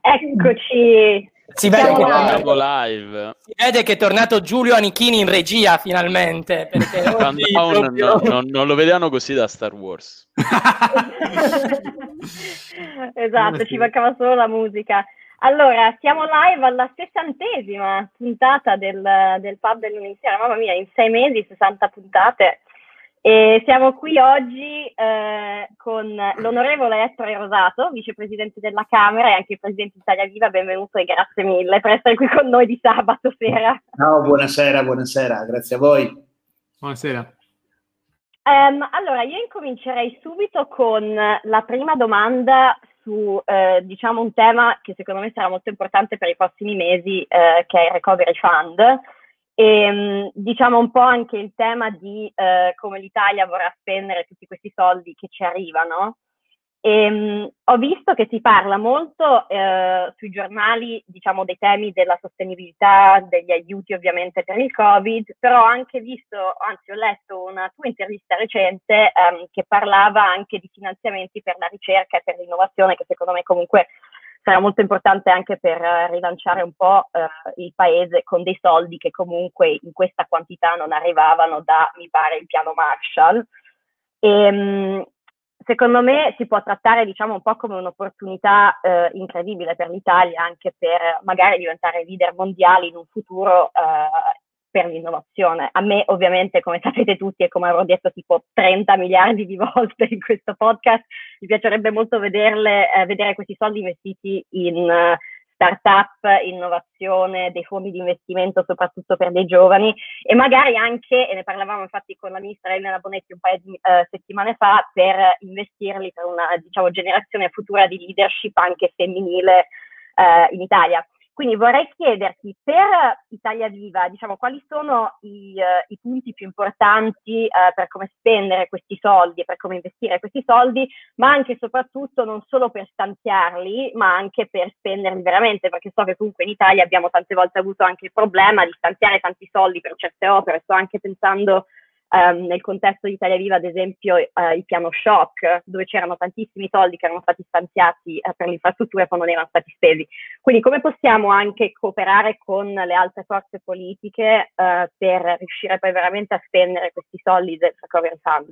Eccoci. Si vede, live. Si vede che è tornato Giulio Anichini in regia finalmente, perché non lo vedevano così da Star Wars. Esatto, ci mancava solo la musica. Allora, siamo live alla 60ª puntata del Pub del Lunedì Sera. Mamma mia, in 6 mesi 60 puntate. E siamo qui oggi con l'onorevole Ettore Rosato, vicepresidente della Camera e anche il presidente di Italia Viva. Benvenuto e grazie mille per essere qui con noi di sabato sera. Ciao, buonasera, grazie a voi. Buonasera. Allora, io incomincerei subito con la prima domanda su, diciamo, un tema che secondo me sarà molto importante per i prossimi mesi, che è il Recovery Fund. E diciamo un po' anche il tema di come l'Italia vorrà spendere tutti questi soldi che ci arrivano. Ho visto che si parla molto sui giornali, diciamo, dei temi della sostenibilità, degli aiuti ovviamente per il Covid, però ho anche visto, anzi ho letto una tua intervista recente che parlava anche di finanziamenti per la ricerca e per l'innovazione, che secondo me comunque sarà molto importante anche per rilanciare un po' il paese con dei soldi che comunque in questa quantità non arrivavano da, mi pare, il piano Marshall. Secondo me si può trattare, diciamo, un po' come un'opportunità incredibile per l'Italia, anche per magari diventare leader mondiali in un futuro per l'innovazione. A me ovviamente, come sapete tutti e come avrò detto tipo 30 miliardi di volte in questo podcast, mi piacerebbe molto vedere questi soldi investiti in startup, innovazione, dei fondi di investimento soprattutto per dei giovani e magari anche, e ne parlavamo infatti con la ministra Elena Bonetti un paio di settimane fa, per investirli per una, diciamo, generazione futura di leadership anche femminile in Italia. Quindi vorrei chiederti, per Italia Viva, diciamo, quali sono i punti più importanti per come spendere questi soldi e per come investire questi soldi, ma anche e soprattutto non solo per stanziarli, ma anche per spenderli veramente, perché so che comunque in Italia abbiamo tante volte avuto anche il problema di stanziare tanti soldi per certe opere. Sto anche pensando nel contesto di Italia Viva, ad esempio, il piano shock, dove c'erano tantissimi soldi che erano stati stanziati per l'infrastruttura e poi non erano stati spesi. Quindi come possiamo anche cooperare con le altre forze politiche per riuscire poi veramente a spendere questi soldi del Recovery Fund?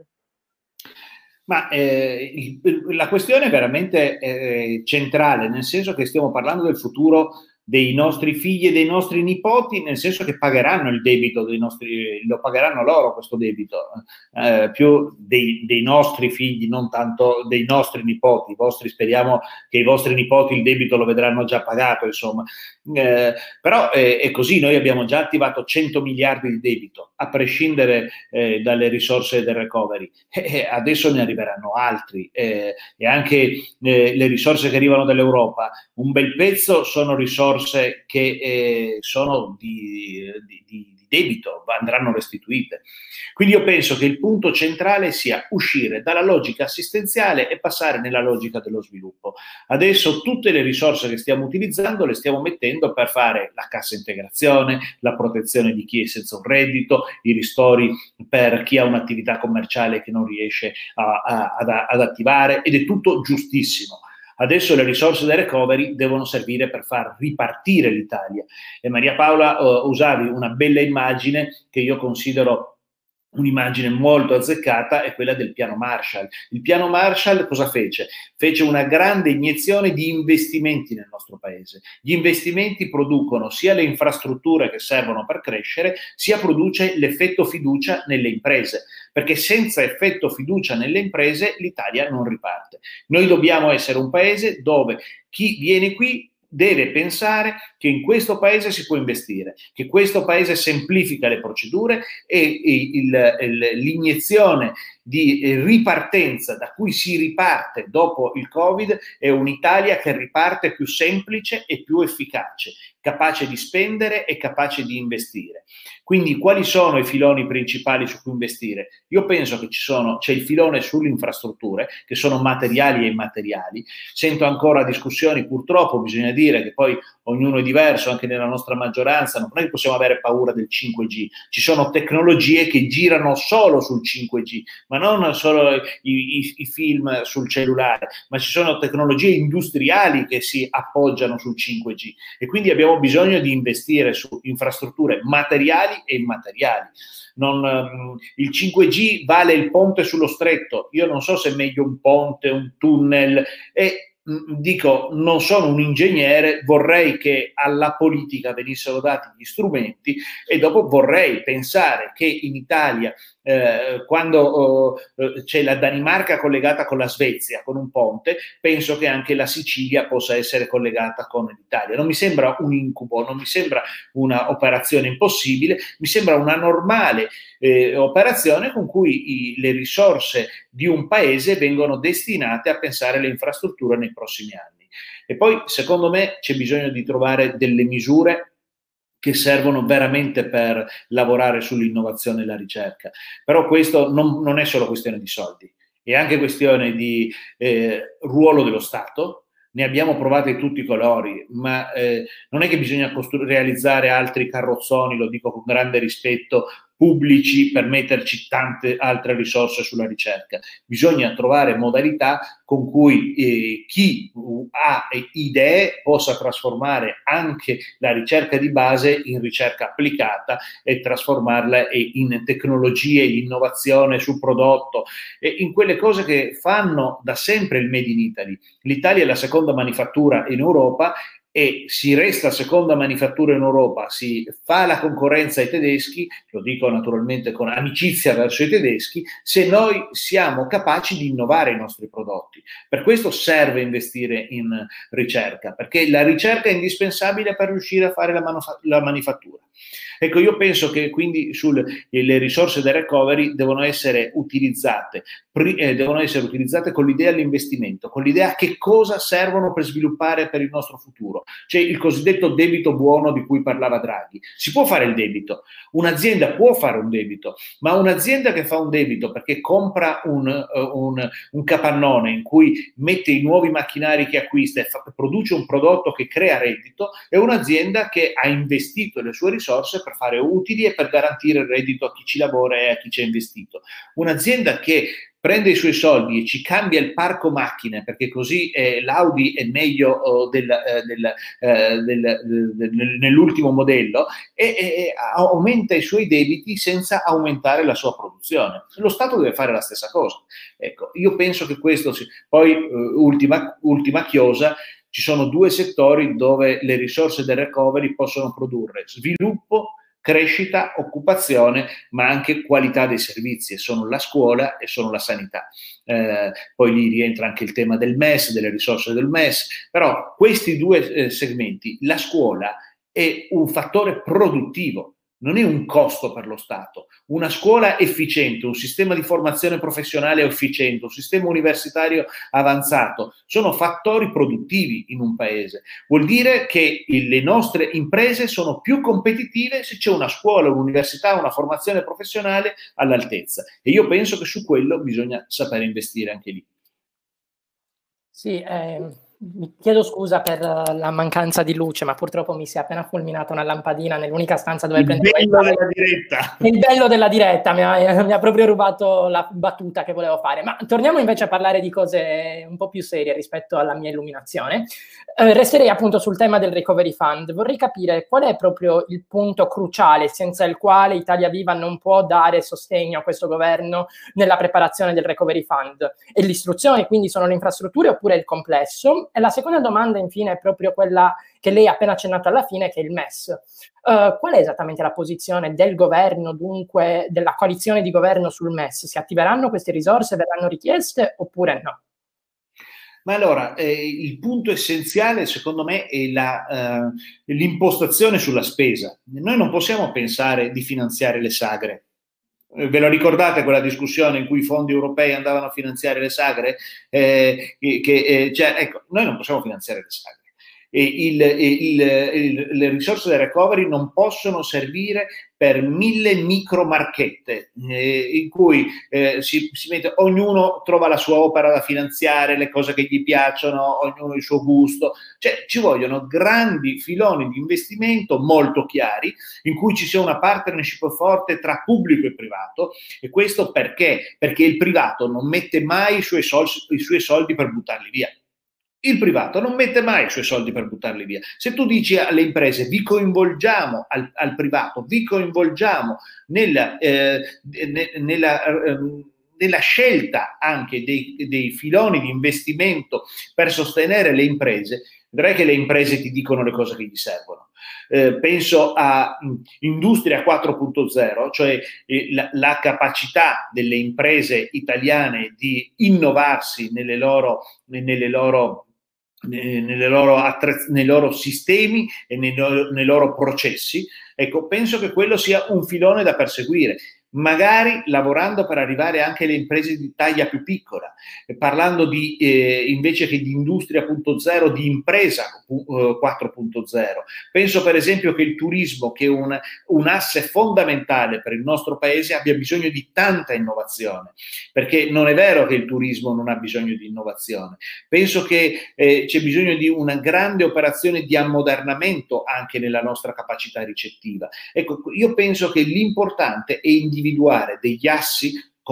Ma la questione è veramente centrale, nel senso che stiamo parlando del futuro dei nostri figli e dei nostri nipoti, nel senso che pagheranno il debito dei nostri, lo pagheranno loro questo debito, più dei nostri figli, non tanto dei nostri nipoti. I vostri, speriamo che i vostri nipoti il debito lo vedranno già pagato, insomma. Però è così, noi abbiamo già attivato 100 miliardi di debito, a prescindere dalle risorse del recovery. Adesso ne arriveranno altri e anche le risorse che arrivano dall'Europa, un bel pezzo sono risorse che sono di debito, andranno restituite. Quindi io penso che il punto centrale sia uscire dalla logica assistenziale e passare nella logica dello sviluppo. Adesso tutte le risorse che stiamo utilizzando le stiamo mettendo per fare la cassa integrazione, la protezione di chi è senza un reddito, i ristori per chi ha un'attività commerciale che non riesce ad attivare, ed è tutto giustissimo. Adesso le risorse del recovery devono servire per far ripartire l'Italia. E Maria Paola, usavi una bella immagine che io considero un'immagine molto azzeccata, è quella del piano Marshall. Il piano Marshall cosa fece? Fece una grande iniezione di investimenti nel nostro paese. Gli investimenti producono sia le infrastrutture che servono per crescere, sia produce l'effetto fiducia nelle imprese, perché senza effetto fiducia nelle imprese l'Italia non riparte. Noi dobbiamo essere un paese dove chi viene qui deve pensare che in questo paese si può investire, che questo paese semplifica le procedure e l'iniezione di ripartenza da cui si riparte dopo il Covid è un'Italia che riparte più semplice e più efficace, capace di spendere e capace di investire. Quindi quali sono i filoni principali su cui investire? Io penso che c'è il filone sulle infrastrutture, che sono materiali e immateriali. Sento ancora discussioni, purtroppo bisogna dire che poi ognuno è diverso, anche nella nostra maggioranza, non è che possiamo avere paura del 5G. Ci sono tecnologie che girano solo sul 5G, ma ma non solo i film sul cellulare, ma ci sono tecnologie industriali che si appoggiano sul 5G e quindi abbiamo bisogno di investire su infrastrutture materiali e immateriali. Il 5G vale il ponte sullo stretto, io non so se è meglio un ponte, un tunnel, e dico, non sono un ingegnere, vorrei che alla politica venissero dati gli strumenti e dopo vorrei pensare che in Italia, quando c'è la Danimarca collegata con la Svezia con un ponte, penso che anche la Sicilia possa essere collegata con l'Italia. Non mi sembra un incubo, non mi sembra una operazione impossibile, mi sembra una normale operazione con cui le risorse di un paese vengono destinate a pensare alle infrastrutture nei prossimi anni. E poi, secondo me, c'è bisogno di trovare delle misure che servono veramente per lavorare sull'innovazione e la ricerca. Però questo non è solo questione di soldi, è anche questione di ruolo dello Stato. Ne abbiamo provate di tutti i colori, ma non è che bisogna realizzare altri carrozzoni, lo dico con grande rispetto, pubblici per metterci tante altre risorse sulla ricerca. Bisogna trovare modalità con cui chi ha idee possa trasformare anche la ricerca di base in ricerca applicata e trasformarla in tecnologie, in innovazione sul prodotto, e in quelle cose che fanno da sempre il Made in Italy. L'Italia è la seconda manifattura in Europa e si resta seconda manifattura in Europa, si fa la concorrenza ai tedeschi, lo dico naturalmente con amicizia verso i tedeschi, se noi siamo capaci di innovare i nostri prodotti. Per questo serve investire in ricerca, perché la ricerca è indispensabile per riuscire a fare la manifattura. Ecco, io penso che quindi le risorse del recovery devono essere utilizzate con l'idea all'investimento, con l'idea che cosa servono per sviluppare per il nostro futuro. C'è il cosiddetto debito buono di cui parlava Draghi. Si può fare il debito, un'azienda può fare un debito, ma un'azienda che fa un debito perché compra un capannone in cui mette i nuovi macchinari che acquista e produce un prodotto che crea reddito, è un'azienda che ha investito le sue risorse per fare utili e per garantire il reddito a chi ci lavora e a chi ci ha investito. Un'azienda che prende i suoi soldi e ci cambia il parco macchine, perché così l'Audi è meglio nell'ultimo modello, e aumenta i suoi debiti senza aumentare la sua produzione. Lo Stato deve fare la stessa cosa. Ecco, io penso che questo poi ultima chiosa, ci sono due settori dove le risorse del recovery possono produrre sviluppo, crescita, occupazione, ma anche qualità dei servizi, e sono la scuola e sono la sanità. Poi lì rientra anche il tema del MES, delle risorse del MES, però questi due segmenti, la scuola è un fattore produttivo, non è un costo per lo Stato. Una scuola efficiente, un sistema di formazione professionale efficiente, un sistema universitario avanzato, sono fattori produttivi in un paese. Vuol dire che le nostre imprese sono più competitive se c'è una scuola, un'università, una formazione professionale all'altezza. E io penso che su quello bisogna sapere investire anche lì. Sì, mi chiedo scusa per la mancanza di luce, ma purtroppo mi si è appena fulminata una lampadina nell'unica stanza dove prendere il bello della diretta. Il bello della diretta mi ha proprio rubato la battuta che volevo fare. Ma torniamo invece a parlare di cose un po' più serie rispetto alla mia illuminazione. Resterei appunto sul tema del Recovery Fund. Vorrei capire qual è proprio il punto cruciale senza il quale Italia Viva non può dare sostegno a questo governo nella preparazione del Recovery Fund. E l'istruzione, quindi, sono le infrastrutture oppure il complesso? E la seconda domanda, infine, è proprio quella che lei ha appena accennato alla fine, che è il MES. Qual è esattamente la posizione del governo, dunque della coalizione di governo sul MES? Si attiveranno queste risorse, verranno richieste oppure no? Ma allora, il punto essenziale secondo me è l'impostazione sulla spesa. Noi non possiamo pensare di finanziare le sagre. Ve lo ricordate quella discussione in cui i fondi europei andavano a finanziare le sagre? Ecco, noi non possiamo finanziare le sagre. le risorse del recovery non possono servire per 1000 micromarchette in cui si mette, ognuno trova la sua opera da finanziare, le cose che gli piacciono, ognuno il suo gusto. Cioè ci vogliono grandi filoni di investimento molto chiari in cui ci sia una partnership forte tra pubblico e privato. E questo perché? Perché il privato non mette mai i suoi soldi per buttarli via. Il privato non mette mai i suoi soldi per buttarli via. Se tu dici alle imprese vi coinvolgiamo al privato, vi coinvolgiamo nella scelta anche dei filoni di investimento per sostenere le imprese, vedrai che le imprese ti dicono le cose che gli servono. Penso a Industria 4.0, cioè la capacità delle imprese italiane di innovarsi nei loro sistemi e nei loro processi. Ecco, penso che quello sia un filone da perseguire, magari lavorando per arrivare anche alle imprese di taglia più piccola, parlando invece che di Industria 4.0, di impresa 4.0. Penso per esempio che il turismo, che è un asse fondamentale per il nostro paese, abbia bisogno di tanta innovazione, perché non è vero che il turismo non ha bisogno di innovazione. Penso che c'è bisogno di una grande operazione di ammodernamento anche nella nostra capacità ricettiva. Ecco, io penso che l'importante è individuare degli assi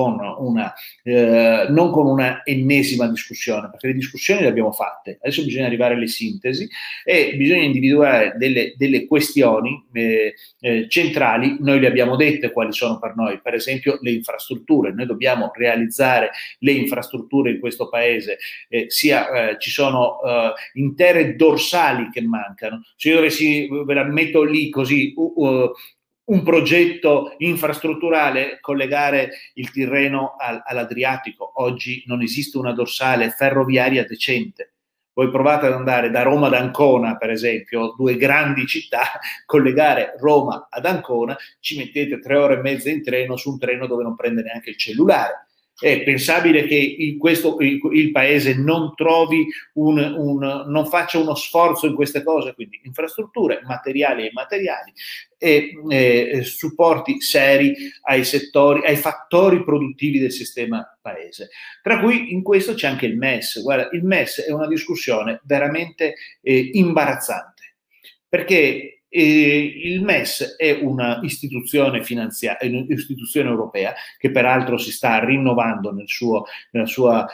non con una ennesima discussione, perché le discussioni le abbiamo fatte, adesso bisogna arrivare alle sintesi e bisogna individuare delle questioni centrali. Noi le abbiamo dette quali sono per noi, per esempio le infrastrutture. Noi dobbiamo realizzare le infrastrutture in questo paese, ci sono intere dorsali che mancano. Se io ve la metto lì così, un progetto infrastrutturale, collegare il Tirreno all'Adriatico. Oggi non esiste una dorsale ferroviaria decente. Voi provate ad andare da Roma ad Ancona, per esempio, due grandi città, collegare Roma ad Ancona, ci mettete 3 ore e mezza in treno su un treno dove non prende neanche il cellulare. È pensabile che il paese non trovi non faccia uno sforzo in queste cose, quindi infrastrutture materiali e immateriali e supporti seri ai fattori produttivi del sistema paese. Tra cui in questo c'è anche il MES. Guarda, il MES è una discussione veramente imbarazzante, perché il MES è una istituzione un'istituzione europea che peraltro si sta rinnovando nella sua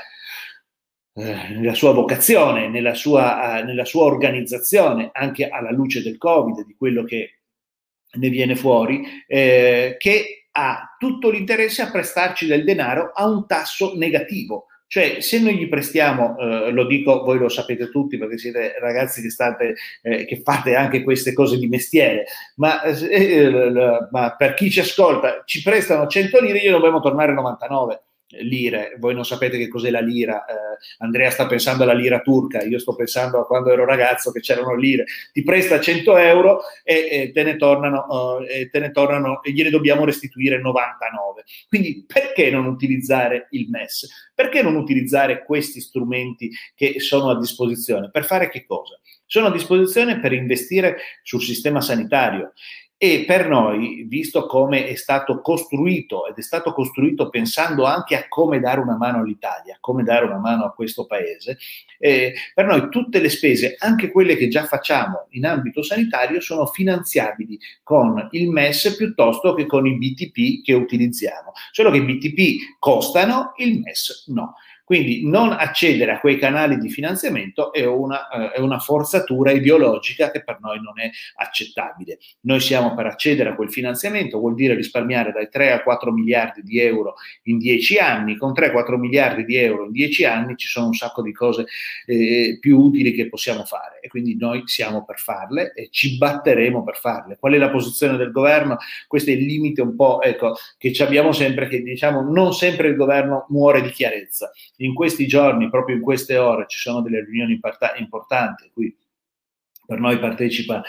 vocazione, nella sua organizzazione, anche alla luce del Covid, di quello che ne viene fuori, che ha tutto l'interesse a prestarci del denaro a un tasso negativo. Cioè, se noi gli prestiamo, lo dico, voi lo sapete tutti perché siete ragazzi che fate anche queste cose di mestiere, ma per chi ci ascolta, ci prestano 100 lire, io dobbiamo tornare 99 lire. Voi non sapete che cos'è la lira. Andrea sta pensando alla lira turca, io sto pensando a quando ero ragazzo che c'erano lire. Ti presta 100 euro e te ne tornano e gliene dobbiamo restituire 99. Quindi perché non utilizzare il MES? Perché non utilizzare questi strumenti che sono a disposizione? Per fare che cosa? Sono a disposizione per investire sul sistema sanitario. E per noi, visto come è stato costruito, ed è stato costruito pensando anche a come dare una mano all'Italia, come dare una mano a questo paese, per noi tutte le spese, anche quelle che già facciamo in ambito sanitario, sono finanziabili con il MES piuttosto che con i BTP che utilizziamo. Solo che i BTP costano, il MES no. Quindi non accedere a quei canali di finanziamento è una forzatura ideologica che per noi non è accettabile. Noi siamo per accedere a quel finanziamento, vuol dire risparmiare dai 3 a 4 miliardi di euro in 10 anni. Con 3-4 miliardi di euro in 10 anni ci sono un sacco di cose più utili che possiamo fare, e quindi noi siamo per farle e ci batteremo per farle. Qual è la posizione del governo? Questo è il limite un po', ecco, che ci abbiamo sempre, che diciamo non sempre il governo muore di chiarezza. In questi giorni, proprio in queste ore, ci sono delle riunioni importanti, qui per noi partecipa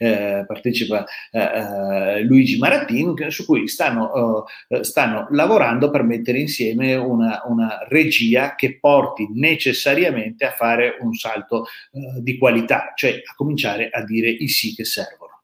Luigi Maratin, su cui stanno lavorando per mettere insieme una regia che porti necessariamente a fare un salto di qualità, cioè a cominciare a dire i sì che servono.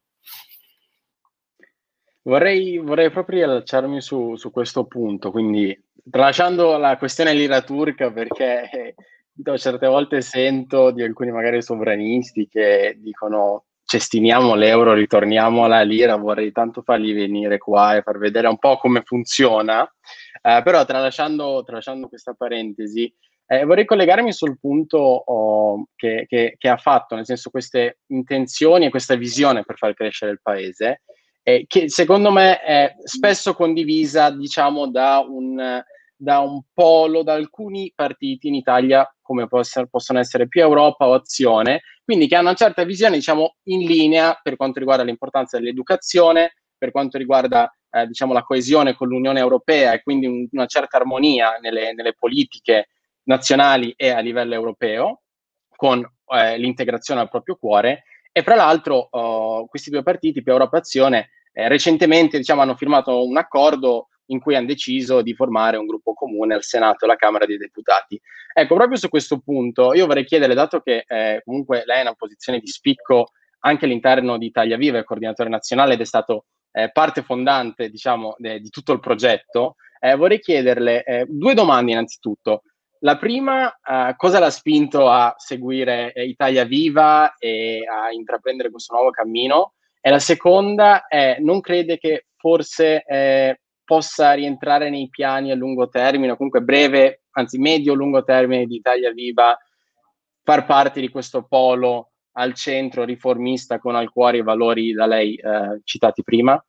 Vorrei proprio riallacciarmi su questo punto, quindi tralasciando la questione lira turca, perché certe volte sento di alcuni magari sovranisti che dicono cestiniamo l'euro, ritorniamo alla lira, vorrei tanto farli venire qua e far vedere un po' come funziona, però tralasciando questa parentesi, vorrei collegarmi sul punto che ha fatto, nel senso queste intenzioni e questa visione per far crescere il paese, che secondo me è spesso condivisa, diciamo, da un polo, da alcuni partiti in Italia, come possono essere Più Europa o Azione, quindi che hanno una certa visione, diciamo, in linea per quanto riguarda l'importanza dell'educazione, per quanto riguarda diciamo, la coesione con l'Unione Europea e quindi una certa armonia nelle politiche nazionali e a livello europeo, con l'integrazione al proprio cuore. E fra l'altro questi due partiti, Più Europa e Azione, recentemente diciamo, hanno firmato un accordo in cui hanno deciso di formare un gruppo comune al Senato e alla Camera dei Deputati. Ecco, proprio su questo punto io vorrei chiedere, dato che comunque lei è in una posizione di spicco anche all'interno di Italia Viva, è coordinatore nazionale ed è stato parte fondante, diciamo, di tutto il progetto, vorrei chiederle due domande innanzitutto. La prima, cosa l'ha spinto a seguire Italia Viva e a intraprendere questo nuovo cammino? E la seconda è, non crede che forse possa rientrare nei piani a lungo termine, o comunque breve, anzi medio-lungo termine di Italia Viva, far parte di questo polo al centro riformista con al cuore i valori da lei citati prima?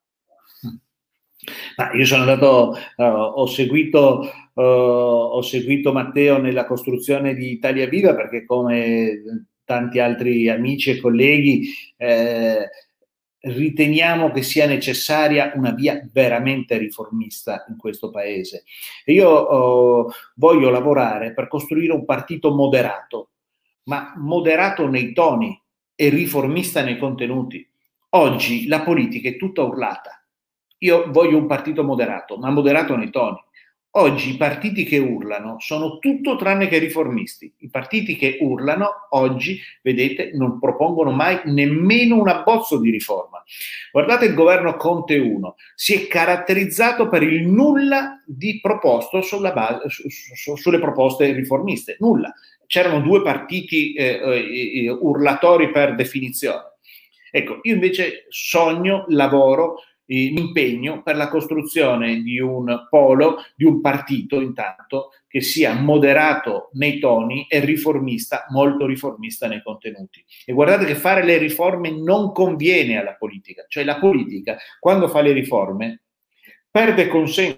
Io sono andato, ho seguito Matteo nella costruzione di Italia Viva perché, come tanti altri amici e colleghi, riteniamo che sia necessaria una via veramente riformista in questo paese. E io voglio lavorare per costruire un partito moderato, ma moderato nei toni e riformista nei contenuti. Oggi la politica è tutta urlata. Io voglio un partito moderato, ma moderato nei toni. Oggi i partiti che urlano sono tutto tranne che riformisti. I partiti che urlano oggi, vedete, non propongono mai nemmeno un abbozzo di riforma. Guardate il governo Conte 1, si è caratterizzato per il nulla di proposto sulle proposte riformiste, nulla. C'erano due partiti urlatori per definizione. Ecco, io invece sogno, lavoro, impegno per la costruzione di un polo, di un partito intanto che sia moderato nei toni e riformista, molto riformista nei contenuti. E guardate che fare le riforme non conviene alla politica, cioè la politica quando fa le riforme perde consenso.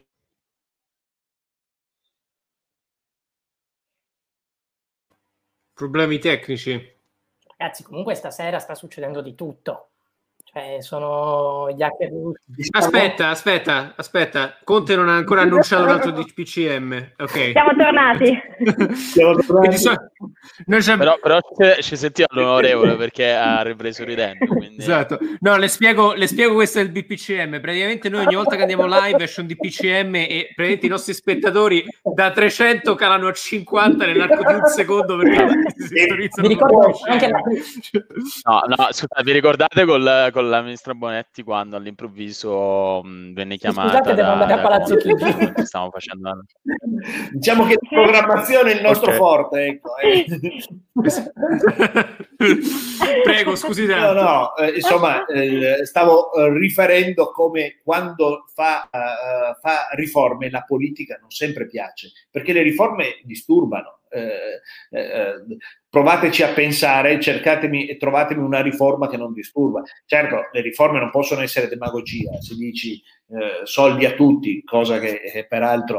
Problemi tecnici. Ragazzi, comunque stasera sta succedendo di tutto. Sono gli hacker russi. Aspetta. Conte non ha ancora annunciato un altro DPCM. Ok. Siamo tornati. Però ci sentiamo l'onorevole perché ha ripreso ridendo. Quindi... Esatto. No, le spiego questo è il DPCM. Praticamente noi ogni volta che andiamo live esce un DPCM e praticamente i nostri spettatori da 300 calano a 50 nell'arco di un secondo perché si sintonizzano. Vi ricordo anche No, scusa, vi ricordate con la ministra Bonetti quando all'improvviso venne chiamata? Scusate, devo andare a Palazzo Chigi. Stiamo facendo... Diciamo che la programmazione è il nostro forte, ecco. Prego, scusi tanto. No, insomma, stavo riferendo come quando fa riforme la politica non sempre piace, perché le riforme disturbano. Provateci a pensare, cercatemi e trovatemi una riforma che non disturba. Certo, le riforme non possono essere demagogia, se dici soldi a tutti, cosa che peraltro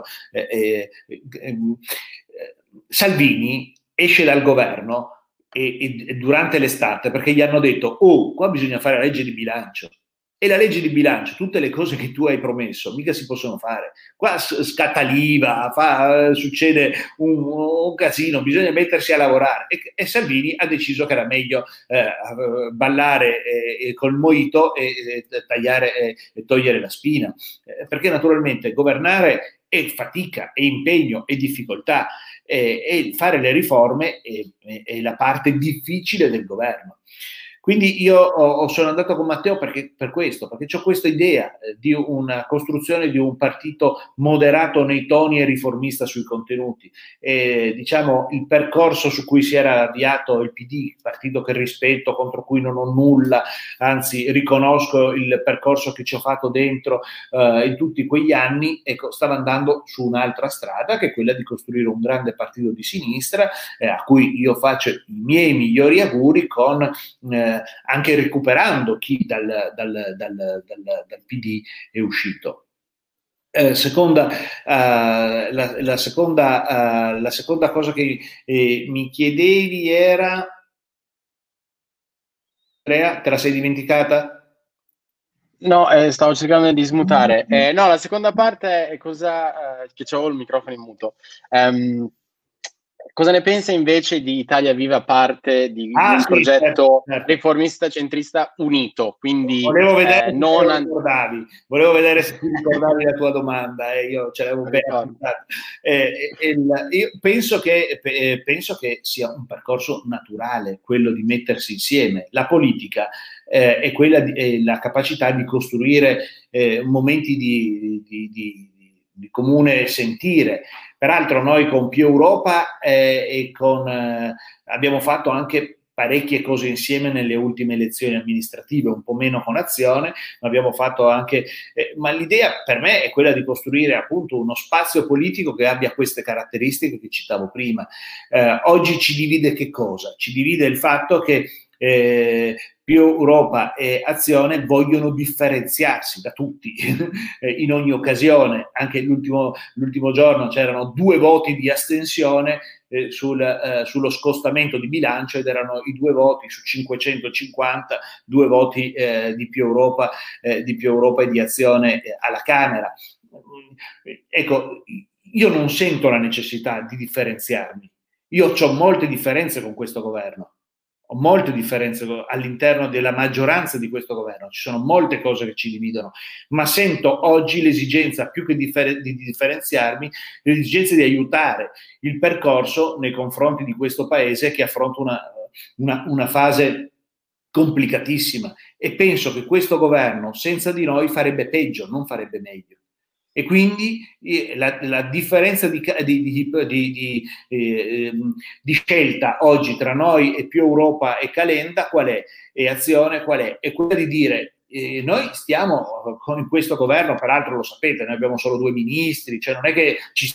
Salvini esce dal governo e durante l'estate perché gli hanno detto qua bisogna fare la legge di bilancio E la legge di bilancio, tutte le cose che tu hai promesso, mica si possono fare. Qua scatta l'IVA, succede un casino, bisogna mettersi a lavorare. E Salvini ha deciso che era meglio ballare col mojito e togliere la spina. Perché naturalmente governare è fatica, è impegno, è difficoltà. E fare le riforme è la parte difficile del governo. Quindi io sono andato con Matteo per questo, perché ho questa idea di una costruzione di un partito moderato nei toni e riformista sui contenuti. Diciamo, il percorso su cui si era avviato il PD, partito che rispetto, contro cui non ho nulla, anzi riconosco il percorso che ci ho fatto dentro in tutti quegli anni, ecco, stava andando su un'altra strada, che è quella di costruire un grande partito di sinistra, a cui io faccio i miei migliori auguri, con anche recuperando chi dal PD è uscito. La seconda cosa che mi chiedevi era... Andrea, te la sei dimenticata? No, stavo cercando di smutare. No, la seconda parte è che c'avevo il microfono in muto. Cosa ne pensa invece di Italia Viva parte di un progetto certo. riformista centrista unito? Quindi volevo vedere se ti ricordavi la tua domanda, io ce l'avevo ben appuntata. Io penso che sia un percorso naturale quello di mettersi insieme. La politica è la capacità di costruire momenti di comune sentire. Peraltro noi con Più Europa abbiamo fatto anche parecchie cose insieme nelle ultime elezioni amministrative, un po' meno con Azione, ma abbiamo fatto anche... ma l'idea per me è quella di costruire appunto uno spazio politico che abbia queste caratteristiche che citavo prima. Oggi ci divide che cosa? Ci divide il fatto che Più Europa e Azione vogliono differenziarsi da tutti in ogni occasione. Anche l'ultimo giorno c'erano 2 voti di astensione sullo scostamento di bilancio, ed erano i 2 voti su 550, 2 voti di Più Europa e di Azione alla Camera. Ecco, io non sento la necessità di differenziarmi. Io ho molte differenze con questo governo. Ho molte differenze all'interno della maggioranza di questo governo, ci sono molte cose che ci dividono, ma sento oggi l'esigenza, più che di differenziarmi, l'esigenza di aiutare il percorso nei confronti di questo paese che affronta una fase complicatissima, e penso che questo governo senza di noi farebbe peggio, non farebbe meglio. E quindi la differenza di scelta oggi tra noi e Più Europa e Calenda qual è? E Azione qual è? È quella di dire noi stiamo con questo governo, peraltro lo sapete, noi abbiamo solo 2 ministri, cioè non è che ci...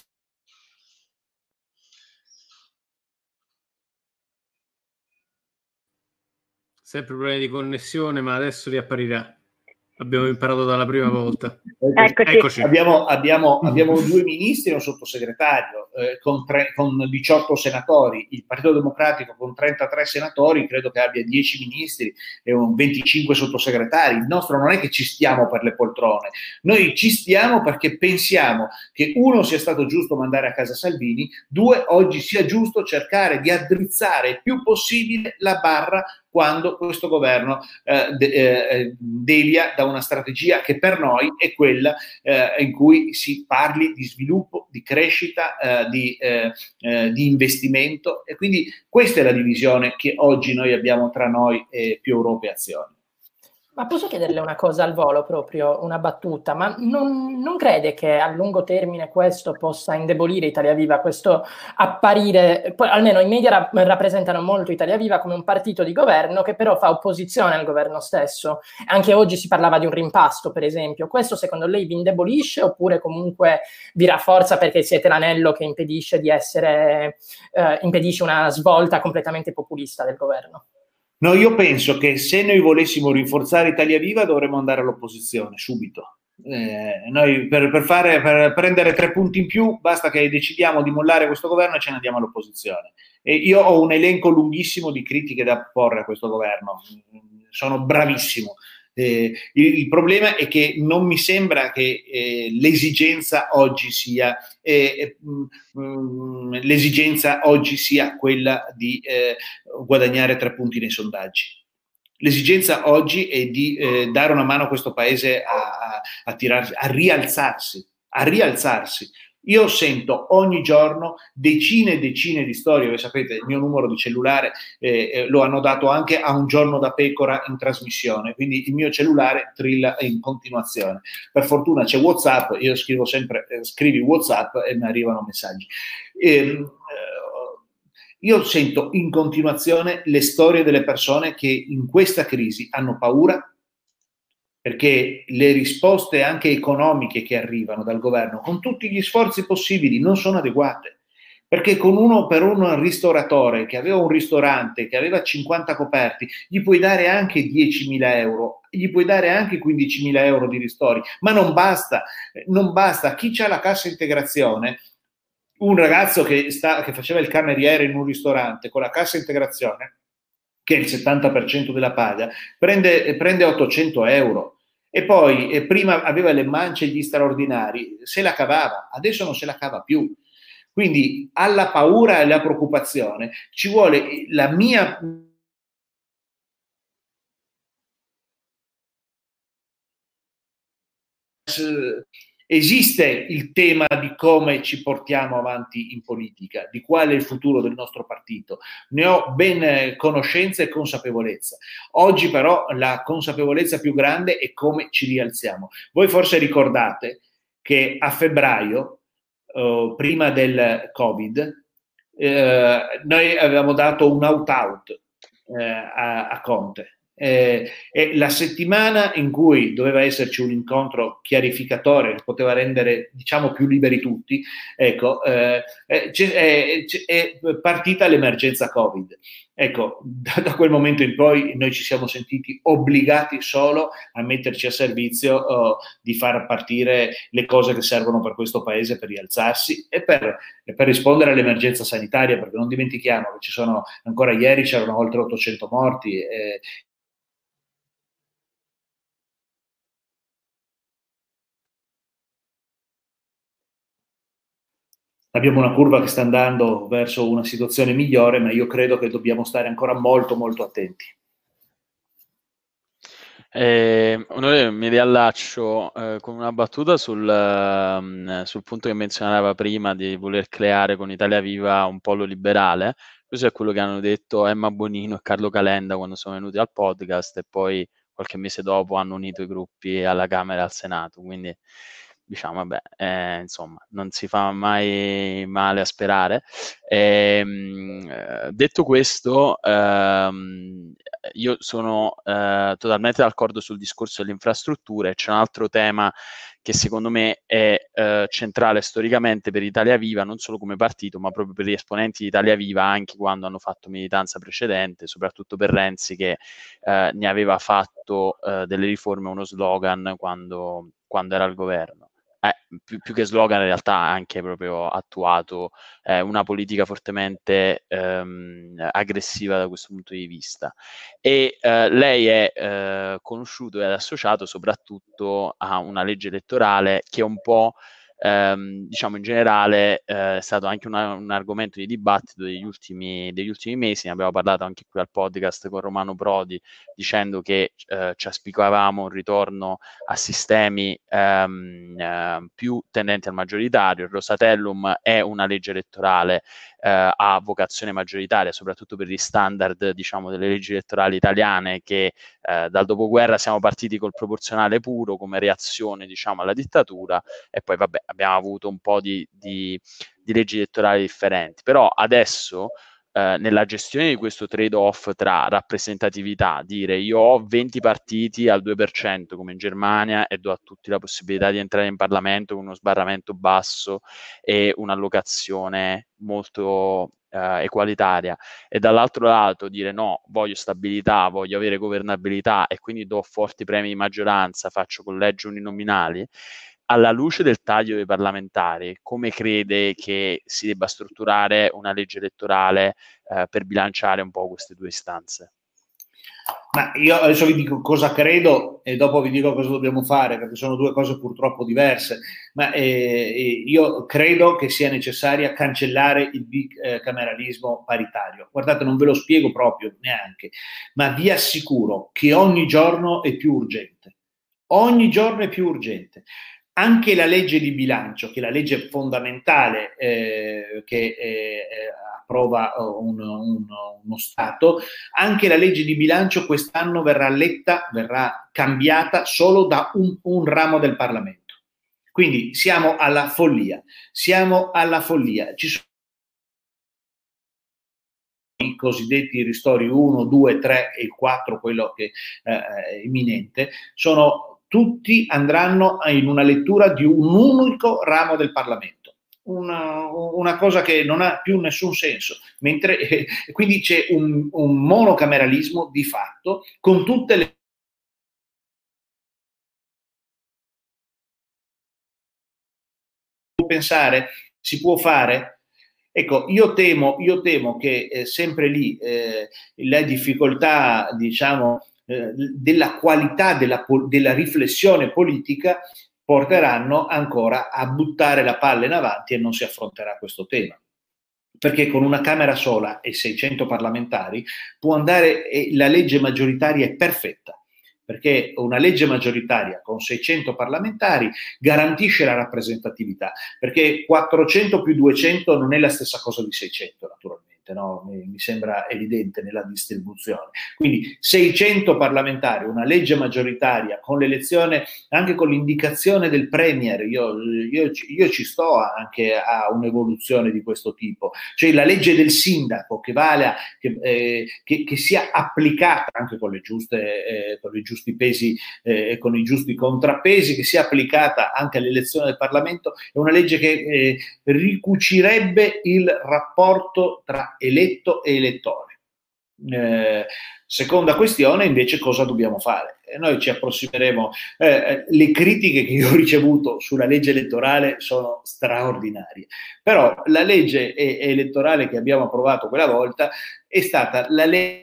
Sempre problemi di connessione, ma adesso riapparirà. Abbiamo imparato dalla prima volta. Eccoci. Abbiamo 2 ministri e un sottosegretario con 18 senatori. Il Partito Democratico con 33 senatori credo che abbia 10 ministri e 25 sottosegretari. Il nostro non è che ci stiamo per le poltrone, noi ci stiamo perché pensiamo che 1 sia stato giusto mandare a casa Salvini, 2 oggi sia giusto cercare di addrizzare il più possibile la barra quando questo governo devia da una strategia che per noi è quella in cui si parli di sviluppo, di crescita, di investimento, e quindi questa è la divisione che oggi noi abbiamo tra noi e Più Europa e Azione. Ma posso chiederle una cosa al volo, proprio una battuta, ma non crede che a lungo termine questo possa indebolire Italia Viva, questo apparire, poi almeno i media rappresentano molto Italia Viva come un partito di governo che però fa opposizione al governo stesso. Anche oggi si parlava di un rimpasto, per esempio. Questo secondo lei vi indebolisce oppure comunque vi rafforza perché siete l'anello che impedisce impedisce una svolta completamente populista del governo? No, io penso che se noi volessimo rinforzare Italia Viva dovremmo andare all'opposizione subito. Noi per prendere 3 punti in più basta che decidiamo di mollare questo governo e ce ne andiamo all'opposizione. E io ho un elenco lunghissimo di critiche da porre a questo governo. Sono bravissimo, Il problema è che non mi sembra che l'esigenza oggi sia quella di guadagnare 3 punti nei sondaggi. L'esigenza oggi è di dare una mano a questo paese a rialzarsi. Io sento ogni giorno decine e decine di storie. Voi sapete, il mio numero di cellulare lo hanno dato anche a Un Giorno da Pecora in trasmissione, quindi il mio cellulare trilla in continuazione. Per fortuna c'è WhatsApp, io scrivo sempre scrivi WhatsApp e mi arrivano messaggi. Io sento in continuazione le storie delle persone che in questa crisi hanno paura, perché le risposte anche economiche che arrivano dal governo, con tutti gli sforzi possibili, non sono adeguate. Perché per un ristoratore che aveva un ristorante, che aveva 50 coperti, gli puoi dare anche 10.000 euro, gli puoi dare anche 15.000 euro di ristori, ma non basta. Chi c'ha la cassa integrazione, un ragazzo che faceva il cameriere in un ristorante con la cassa integrazione, che è il 70% della paga, prende 800 euro. E poi prima aveva le mance e gli straordinari, se la cavava, adesso non se la cava più. Quindi alla paura e alla preoccupazione ci vuole la mia... Esiste il tema di come ci portiamo avanti in politica, di qual è il futuro del nostro partito. Ne ho ben conoscenza e consapevolezza. Oggi però la consapevolezza più grande è come ci rialziamo. Voi forse ricordate che a febbraio, prima del Covid, noi avevamo dato un out-out a Conte. E la settimana in cui doveva esserci un incontro chiarificatore che poteva rendere, diciamo, più liberi tutti, ecco, è partita l'emergenza Covid. Ecco, da quel momento in poi noi ci siamo sentiti obbligati solo a metterci a servizio di far partire le cose che servono per questo paese per rialzarsi e per rispondere all'emergenza sanitaria, perché non dimentichiamo che ci sono, ancora ieri c'erano oltre 800 morti. Abbiamo una curva che sta andando verso una situazione migliore, ma io credo che dobbiamo stare ancora molto, molto attenti. Onorevole, mi riallaccio con una battuta sul punto che menzionava prima di voler creare con Italia Viva un polo liberale. Questo è quello che hanno detto Emma Bonino e Carlo Calenda quando sono venuti al podcast e poi qualche mese dopo hanno unito i gruppi alla Camera e al Senato. Quindi diciamo, vabbè, insomma, non si fa mai male a sperare. Detto questo, io sono totalmente d'accordo sul discorso delle infrastrutture. C'è un altro tema che secondo me è centrale storicamente per Italia Viva, non solo come partito, ma proprio per gli esponenti di Italia Viva, anche quando hanno fatto militanza precedente, soprattutto per Renzi, che ne aveva fatto delle riforme uno slogan quando era al governo. Più che slogan, in realtà ha anche proprio attuato una politica fortemente aggressiva da questo punto di vista. E lei è conosciuto ed associato soprattutto a una legge elettorale che un po', diciamo in generale, è stato anche un argomento di dibattito degli ultimi mesi. Ne abbiamo parlato anche qui al podcast con Romano Prodi, dicendo che ci auspicavamo un ritorno a sistemi più tendenti al maggioritario. Il Rosatellum è una legge elettorale a vocazione maggioritaria, soprattutto per gli standard, diciamo, delle leggi elettorali italiane, che dal dopoguerra siamo partiti col proporzionale puro come reazione, diciamo, alla dittatura, e poi vabbè, abbiamo avuto un po' di leggi elettorali differenti. Però adesso nella gestione di questo trade-off tra rappresentatività, dire io ho 20 partiti al 2% come in Germania e do a tutti la possibilità di entrare in Parlamento con uno sbarramento basso e un'allocazione molto equalitaria, e dall'altro lato dire no, voglio stabilità, voglio avere governabilità e quindi do forti premi di maggioranza, faccio collegi uninominali. Alla luce del taglio dei parlamentari, come crede che si debba strutturare una legge elettorale per bilanciare un po' queste due istanze? Ma io adesso vi dico cosa credo e dopo vi dico cosa dobbiamo fare, perché sono due cose purtroppo diverse. Ma io credo che sia necessaria cancellare il bicameralismo paritario. Guardate, non ve lo spiego proprio neanche, ma vi assicuro che ogni giorno è più urgente. Ogni giorno è più urgente. Anche la legge di bilancio, che è la legge fondamentale che approva uno Stato, anche la legge di bilancio quest'anno verrà cambiata solo da un ramo del Parlamento. Quindi siamo alla follia, Ci sono i cosiddetti ristori 1, 2, 3 e 4, quello che è imminente, tutti andranno in una lettura di un unico ramo del Parlamento. Una cosa che non ha più nessun senso, quindi c'è un monocameralismo di fatto con tutte le pensare, si può fare? Ecco, io temo che sempre lì la difficoltà, diciamo, della qualità della riflessione politica porteranno ancora a buttare la palla in avanti e non si affronterà questo tema. Perché con una Camera sola e 600 parlamentari può andare, la legge maggioritaria è perfetta, perché una legge maggioritaria con 600 parlamentari garantisce la rappresentatività, perché 400 più 200 non è la stessa cosa di 600, naturalmente. No? Mi sembra evidente nella distribuzione. Quindi 600 parlamentari, una legge maggioritaria con l'elezione, anche con l'indicazione del premier, io ci sto anche a un'evoluzione di questo tipo, cioè la legge del sindaco che sia applicata anche con i giusti pesi e con i giusti contrappesi, che sia applicata anche all'elezione del Parlamento, è una legge che ricucirebbe il rapporto tra eletto e elettore. Seconda questione, invece, cosa dobbiamo fare? Noi ci approssimeremo. Le critiche che io ho ricevuto sulla legge elettorale sono straordinarie, però la legge elettorale che abbiamo approvato quella volta è stata la legge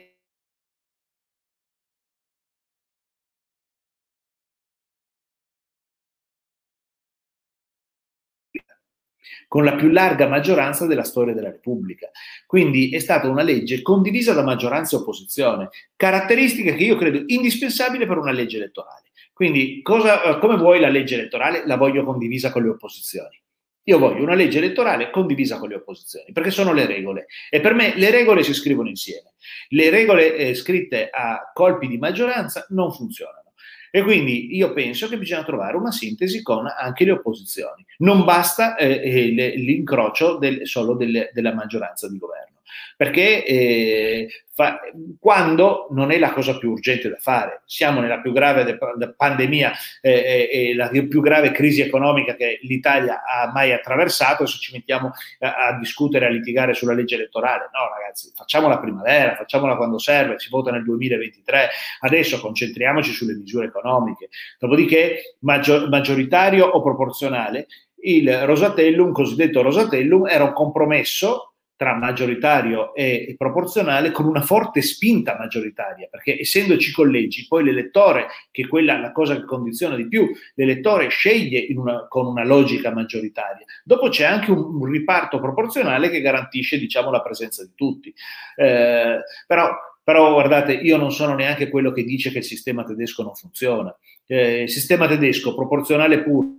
con la più larga maggioranza della storia della Repubblica. Quindi è stata una legge condivisa da maggioranza e opposizione, caratteristica che io credo indispensabile per una legge elettorale. Quindi, come vuoi la legge elettorale? La voglio condivisa con le opposizioni. Io voglio una legge elettorale condivisa con le opposizioni, perché sono le regole. E per me le regole si scrivono insieme. Le regole scritte a colpi di maggioranza non funzionano. E quindi io penso che bisogna trovare una sintesi con anche le opposizioni. Non basta l'incrocio solo della maggioranza di governo, perché quando non è la cosa più urgente da fare, siamo nella più grave pandemia e la più grave crisi economica che l'Italia ha mai attraversato, adesso ci mettiamo a discutere, a litigare sulla legge elettorale. No, ragazzi, facciamola a primavera, facciamola quando serve, si vota nel 2023, adesso concentriamoci sulle misure economiche. Dopodiché, maggioritario o proporzionale, il Rosatellum, cosiddetto Rosatellum, era un compromesso tra maggioritario e proporzionale con una forte spinta maggioritaria, perché essendoci collegi, poi l'elettore, che è quella la cosa che condiziona di più, l'elettore sceglie con una logica maggioritaria. Dopo c'è anche un riparto proporzionale che garantisce, diciamo, la presenza di tutti. Però guardate, io non sono neanche quello che dice che il sistema tedesco non funziona. Il sistema tedesco proporzionale puro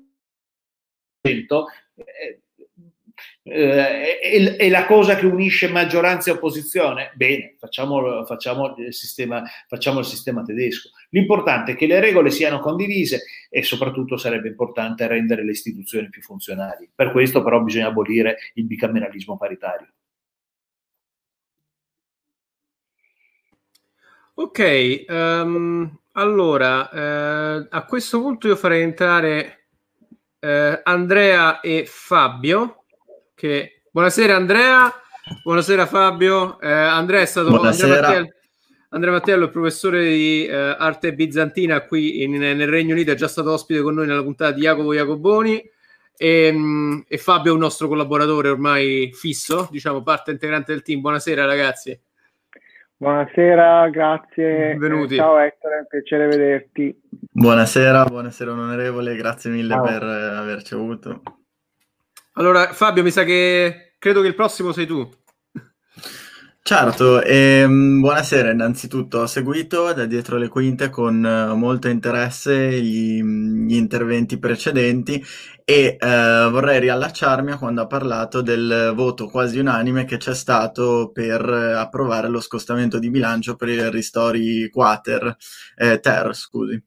è la cosa che unisce maggioranza e opposizione. Bene, facciamo il sistema tedesco. L'importante è che le regole siano condivise e soprattutto sarebbe importante rendere le istituzioni più funzionali. Per questo però bisogna abolire il bicameralismo paritario. Ok, allora a questo punto io farei entrare Andrea e Fabio. Buonasera Andrea, buonasera Fabio. Andrea è stato Andrea Mattiello, il professore di arte bizantina qui nel Regno Unito, è già stato ospite con noi nella puntata di Jacopo Jacoboni e Fabio è un nostro collaboratore ormai fisso, diciamo parte integrante del team. Buonasera ragazzi. Buonasera, grazie. Benvenuti. Ciao Ettore, piacere vederti. Buonasera onorevole, grazie mille per averci avuto. Allora, Fabio, mi sa che credo che il prossimo sei tu. Certo, buonasera. Innanzitutto ho seguito da dietro le quinte con molto interesse gli interventi precedenti e vorrei riallacciarmi a quando ha parlato del voto quasi unanime che c'è stato per approvare lo scostamento di bilancio per il ristori ter, scusi.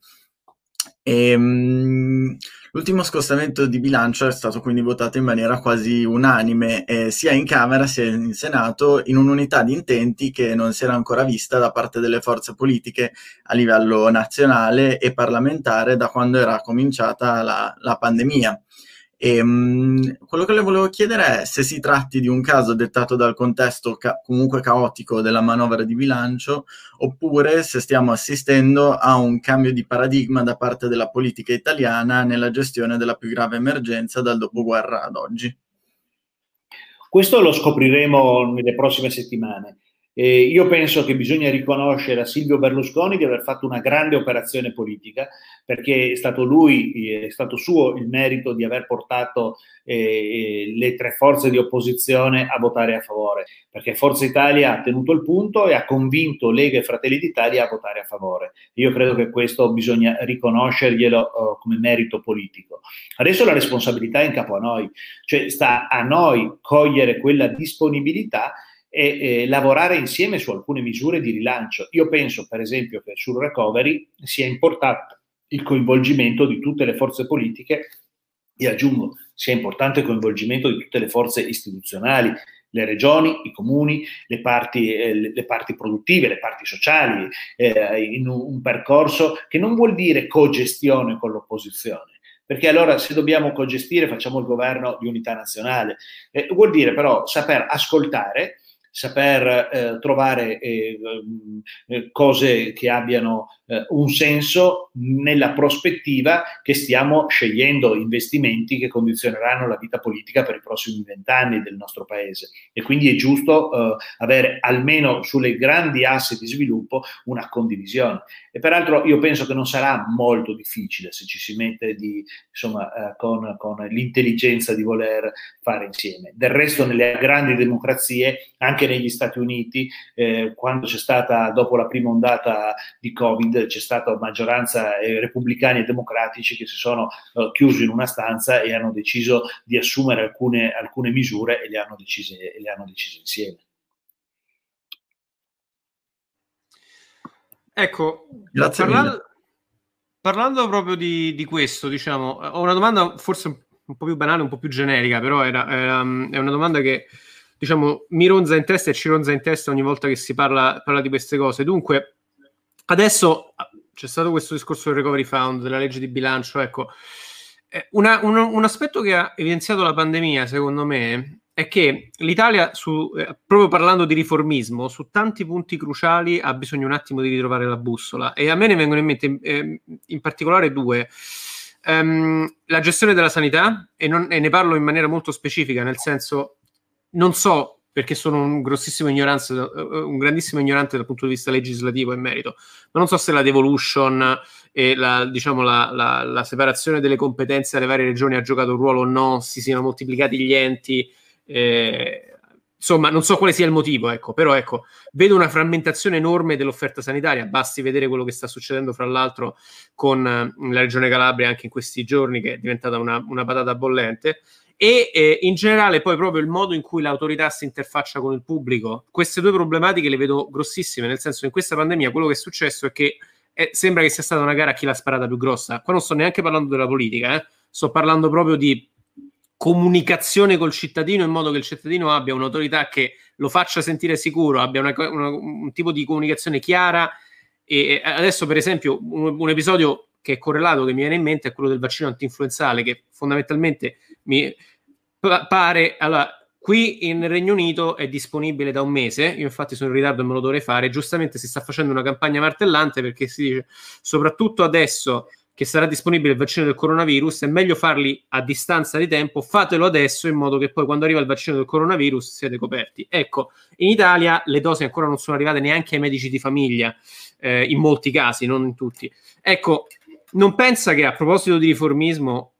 L'ultimo scostamento di bilancio è stato quindi votato in maniera quasi unanime sia in Camera sia in Senato, in un'unità di intenti che non si era ancora vista da parte delle forze politiche a livello nazionale e parlamentare da quando era cominciata la pandemia. Quello che le volevo chiedere è se si tratti di un caso dettato dal contesto comunque caotico della manovra di bilancio, oppure se stiamo assistendo a un cambio di paradigma da parte della politica italiana nella gestione della più grave emergenza dal dopoguerra ad oggi. Questo lo scopriremo nelle prossime settimane. Io penso che bisogna riconoscere a Silvio Berlusconi di aver fatto una grande operazione politica, perché è stato suo il merito di aver portato le tre forze di opposizione a votare a favore, perché Forza Italia ha tenuto il punto e ha convinto Lega e Fratelli d'Italia a votare a favore. Io credo che questo bisogna riconoscerglielo come merito politico. Adesso la responsabilità è in capo a noi, cioè sta a noi cogliere quella disponibilità e lavorare insieme su alcune misure di rilancio. Io penso, per esempio, che sul recovery sia importante il coinvolgimento di tutte le forze politiche e aggiungo, sia importante il coinvolgimento di tutte le forze istituzionali, le regioni, i comuni, le parti produttive, le parti sociali, in un percorso che non vuol dire cogestione con l'opposizione, perché allora se dobbiamo cogestire facciamo il governo di unità nazionale, vuol dire però saper ascoltare, saper trovare cose che abbiano un senso nella prospettiva che stiamo scegliendo investimenti che condizioneranno la vita politica per i prossimi 20 anni del nostro paese, e quindi è giusto avere almeno sulle grandi assi di sviluppo una condivisione. E peraltro io penso che non sarà molto difficile se ci si mette con l'intelligenza di voler fare insieme. Del resto nelle grandi democrazie, anche negli Stati Uniti, quando c'è stata, dopo la prima ondata di Covid, c'è stata maggioranza repubblicani e democratici che si sono chiusi in una stanza e hanno deciso di assumere alcune misure e le hanno decise insieme. Ecco, grazie parlando proprio di questo, diciamo, ho una domanda forse un po' più banale, un po' più generica, però è una domanda che, diciamo, mi ronza in testa e ci ronza in testa ogni volta che si parla di queste cose. Dunque, adesso c'è stato questo discorso del Recovery Fund, della legge di bilancio, ecco. Un aspetto che ha evidenziato la pandemia, secondo me, è che l'Italia, proprio parlando di riformismo, su tanti punti cruciali ha bisogno un attimo di ritrovare la bussola, e a me ne vengono in mente in particolare due. La gestione della sanità, e ne parlo in maniera molto specifica, nel senso, non so, perché sono un grandissimo ignorante dal punto di vista legislativo e merito, ma non so se la devolution e la separazione delle competenze alle varie regioni ha giocato un ruolo o no, si siano moltiplicati gli enti, insomma non so quale sia il motivo, ecco, però ecco, vedo una frammentazione enorme dell'offerta sanitaria, basti vedere quello che sta succedendo fra l'altro con la regione Calabria anche in questi giorni, che è diventata una patata bollente, e in generale poi proprio il modo in cui l'autorità si interfaccia con il pubblico. Queste due problematiche le vedo grossissime, nel senso che in questa pandemia quello che è successo è che sembra che sia stata una gara a chi l'ha sparata più grossa. Qua non sto neanche parlando della politica, sto parlando proprio di comunicazione col cittadino, in modo che il cittadino abbia un'autorità che lo faccia sentire sicuro, abbia un tipo di comunicazione chiara. E adesso, per esempio, un episodio che è correlato, che mi viene in mente, è quello del vaccino antinfluenzale, che fondamentalmente mi pare, allora, qui in Regno Unito è disponibile da un mese, io infatti sono in ritardo e me lo dovrei fare, giustamente si sta facendo una campagna martellante, perché si dice, soprattutto adesso che sarà disponibile il vaccino del coronavirus, è meglio farli a distanza di tempo, fatelo adesso in modo che poi quando arriva il vaccino del coronavirus siete coperti. Ecco, in Italia le dosi ancora non sono arrivate neanche ai medici di famiglia, in molti casi, non in tutti. Ecco, non pensa che a proposito di riformismo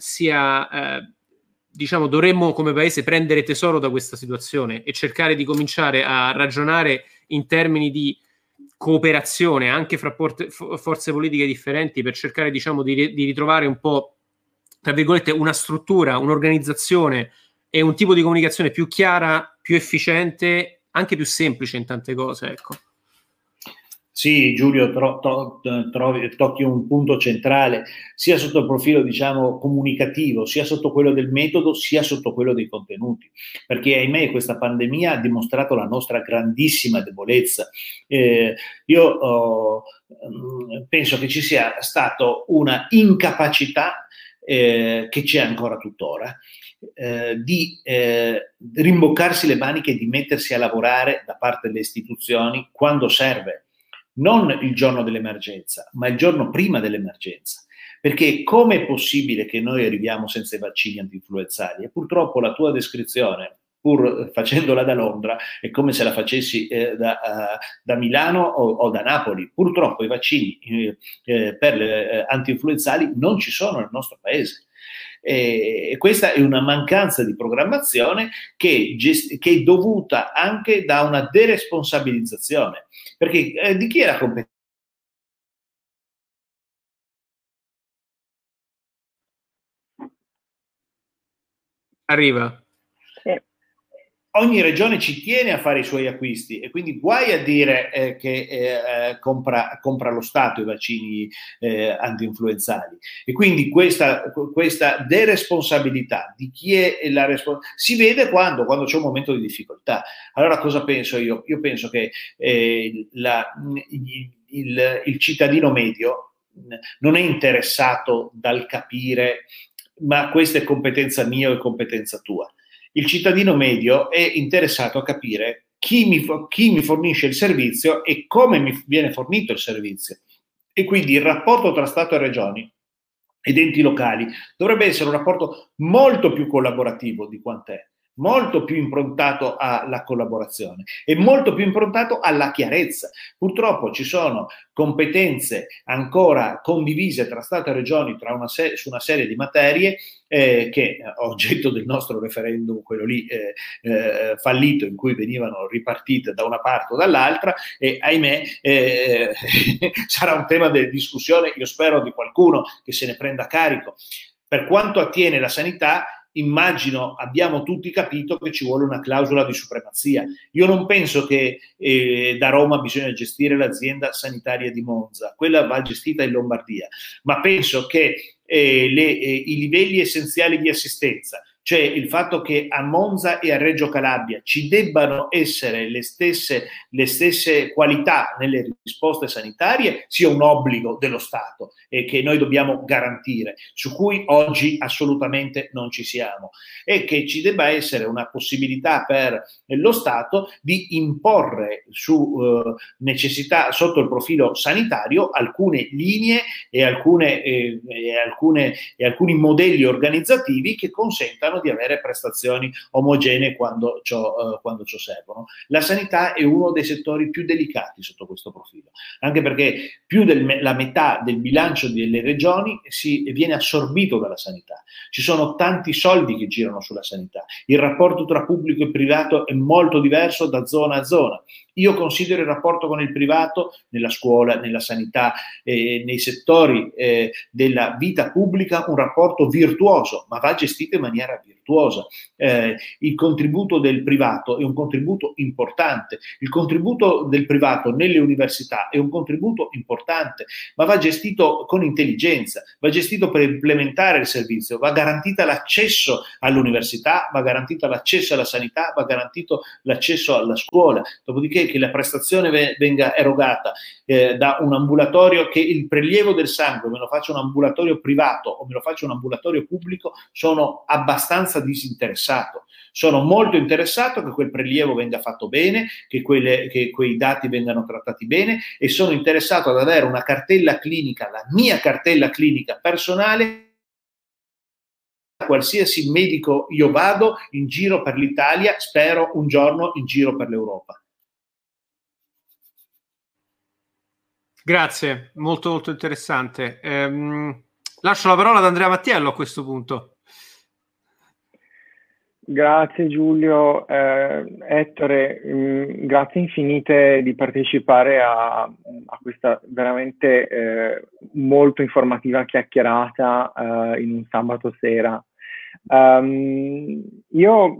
diciamo, dovremmo come paese prendere tesoro da questa situazione e cercare di cominciare a ragionare in termini di cooperazione anche fra forze politiche differenti per cercare, diciamo, di ritrovare un po', tra virgolette, una struttura, un'organizzazione e un tipo di comunicazione più chiara, più efficiente, anche più semplice in tante cose, ecco. Sì, Giulio, tocchi un punto centrale, sia sotto il profilo, diciamo, comunicativo, sia sotto quello del metodo, sia sotto quello dei contenuti, perché ahimè questa pandemia ha dimostrato la nostra grandissima debolezza. Io penso che ci sia stata una incapacità che c'è ancora tuttora, di rimboccarsi le maniche e di mettersi a lavorare da parte delle istituzioni quando serve. Non il giorno dell'emergenza, ma il giorno prima dell'emergenza. Perché come è possibile che noi arriviamo senza i vaccini antinfluenzali? E purtroppo la tua descrizione, pur facendola da Londra, è come se la facessi da Milano o da Napoli. Purtroppo i vaccini per le antinfluenzali non ci sono nel nostro paese. E questa è una mancanza di programmazione che è dovuta anche da una deresponsabilizzazione. Perché di chi è la competenza? Arriva. Sì. Ogni regione ci tiene a fare i suoi acquisti e quindi guai a dire che compra lo Stato i vaccini antinfluenzali. E quindi questa deresponsabilità di chi è la responsabilità si vede quando c'è un momento di difficoltà. Allora cosa penso io? Io penso che il cittadino medio non è interessato dal capire ma questa è competenza mia o è competenza tua. Il cittadino medio è interessato a capire chi mi fornisce il servizio e come mi viene fornito il servizio. E quindi il rapporto tra Stato e Regioni ed enti locali dovrebbe essere un rapporto molto più collaborativo di quant'è, molto più improntato alla collaborazione e molto più improntato alla chiarezza. Purtroppo ci sono competenze ancora condivise tra Stato e Regioni su una serie di materie che oggetto del nostro referendum, quello lì fallito, in cui venivano ripartite da una parte o dall'altra, e ahimè sarà un tema di discussione, io spero, di qualcuno che se ne prenda carico. Per quanto attiene la sanità, immagino abbiamo tutti capito che ci vuole una clausola di supremazia. Io non penso che da Roma bisogna gestire l'azienda sanitaria di Monza, quella va gestita in Lombardia, ma penso che i livelli essenziali di assistenza, cioè il fatto che a Monza e a Reggio Calabria ci debbano essere le stesse qualità nelle risposte sanitarie, sia un obbligo dello Stato e che noi dobbiamo garantire, su cui oggi assolutamente non ci siamo, e che ci debba essere una possibilità per lo Stato di imporre su necessità sotto il profilo sanitario alcune linee e alcuni modelli organizzativi che consentano di avere prestazioni omogenee quando ciò servono. La sanità è uno dei settori più delicati sotto questo profilo, anche perché più della metà del bilancio delle regioni viene assorbito dalla sanità. Ci sono tanti soldi che girano sulla sanità. Il rapporto tra pubblico e privato è molto diverso da zona a zona. Io considero il rapporto con il privato nella scuola, nella sanità, nei settori della vita pubblica un rapporto virtuoso, ma va gestito in maniera virtuosa. Il contributo del privato è un contributo importante. Il contributo del privato nelle università è un contributo importante, ma va gestito con intelligenza, va gestito per implementare il servizio, va garantita l'accesso all'università, va garantito l'accesso alla sanità, va garantito l'accesso alla scuola. Dopodiché che la prestazione venga erogata da un ambulatorio, che il prelievo del sangue me lo faccia un ambulatorio privato o me lo faccia un ambulatorio pubblico, sono abbastanza disinteressato. Sono molto interessato che quel prelievo venga fatto bene, che quei dati vengano trattati bene e sono interessato ad avere una cartella clinica, la mia cartella clinica personale, qualsiasi medico io vado in giro per l'Italia, spero un giorno in giro per l'Europa. Grazie, molto molto interessante. Lascio la parola ad Andrea Mattiello a questo punto. Grazie Giulio, Ettore, grazie infinite di partecipare a questa veramente molto informativa chiacchierata in un sabato sera. Io